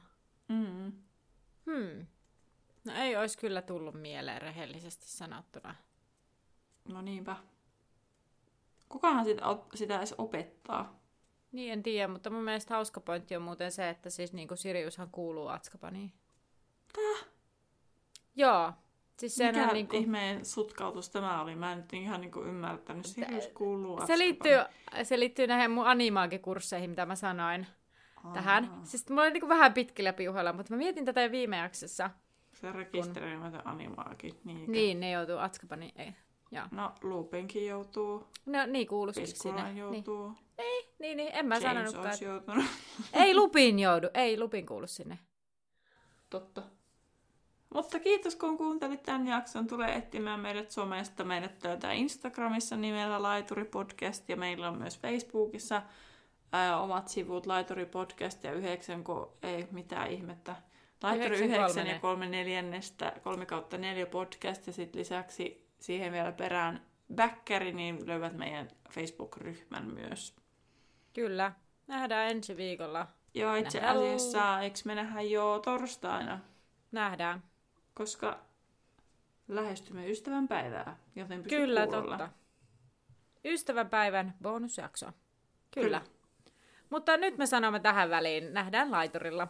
No ei olisi kyllä tullut mieleen rehellisesti sanottuna. No niinpä. Kukahan sitä edes opettaa? Niin, en tiedä, mutta mun mielestä hauska pointti on muuten se, että siis niinku Siriushan kuuluu Azkabaniin. Täh? Joo. Siis mikä niinku... ihmeen sutkautus tämä oli? Mä en nyt ihan niinku ymmärtänyt. Sirius kuuluu Azkabaniin. Se liittyy näihin mun animaagikursseihin, mitä mä sanoin tähän. Siis mulla oli niinku vähän pitkillä piuhoilla, mutta mä mietin tätä jo viime jaksossa. Se rekisteröimätön animaagi. Niin, ne joutuu Azkabaniin. No, Lupinkin joutuu. No niin, kuuluisikin sinne. Joutuu. Niin, en mä sanonutkaan. James olisi joutunut. Ei Lupin joudu, ei Lupin kuulu sinne. Totta. Mutta kiitos, kun kuuntelit tämän jakson. Tule etsimään meidät somesta. Meidät löytää Instagramissa nimellä Laituri Podcast ja meillä on myös Facebookissa omat sivut Laituri Podcast ja 9, ei mitään ihmettä. Laituri 9 ja 3/4 podcast ja sitten lisäksi siihen vielä perään backkeri, niin löydät meidän Facebook-ryhmän myös. Kyllä. Nähdään ensi viikolla. Joo, itse asiassa, eikö me nähdä jo torstaina? Nähdään. Koska lähestymme ystävänpäivää, joten pysy Kyllä, kuulolla. totta. Ystävänpäivän bonusjakso. Kyllä. Mutta nyt me sanomme tähän väliin. Nähdään laiturilla.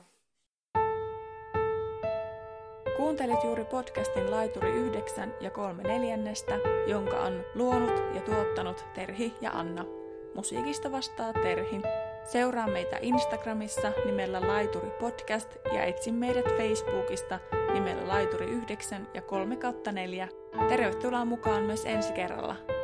Kuuntelit juuri podcastin Laituri 9 ja 3/4, jonka on luonut ja tuottanut Terhi ja Anna. Musiikista vastaa Terhi. Seuraa meitä Instagramissa nimellä Laituri Podcast ja etsi meidät Facebookista nimellä Laituri 9 ja 3/4. Tervetuloa mukaan myös ensi kerralla.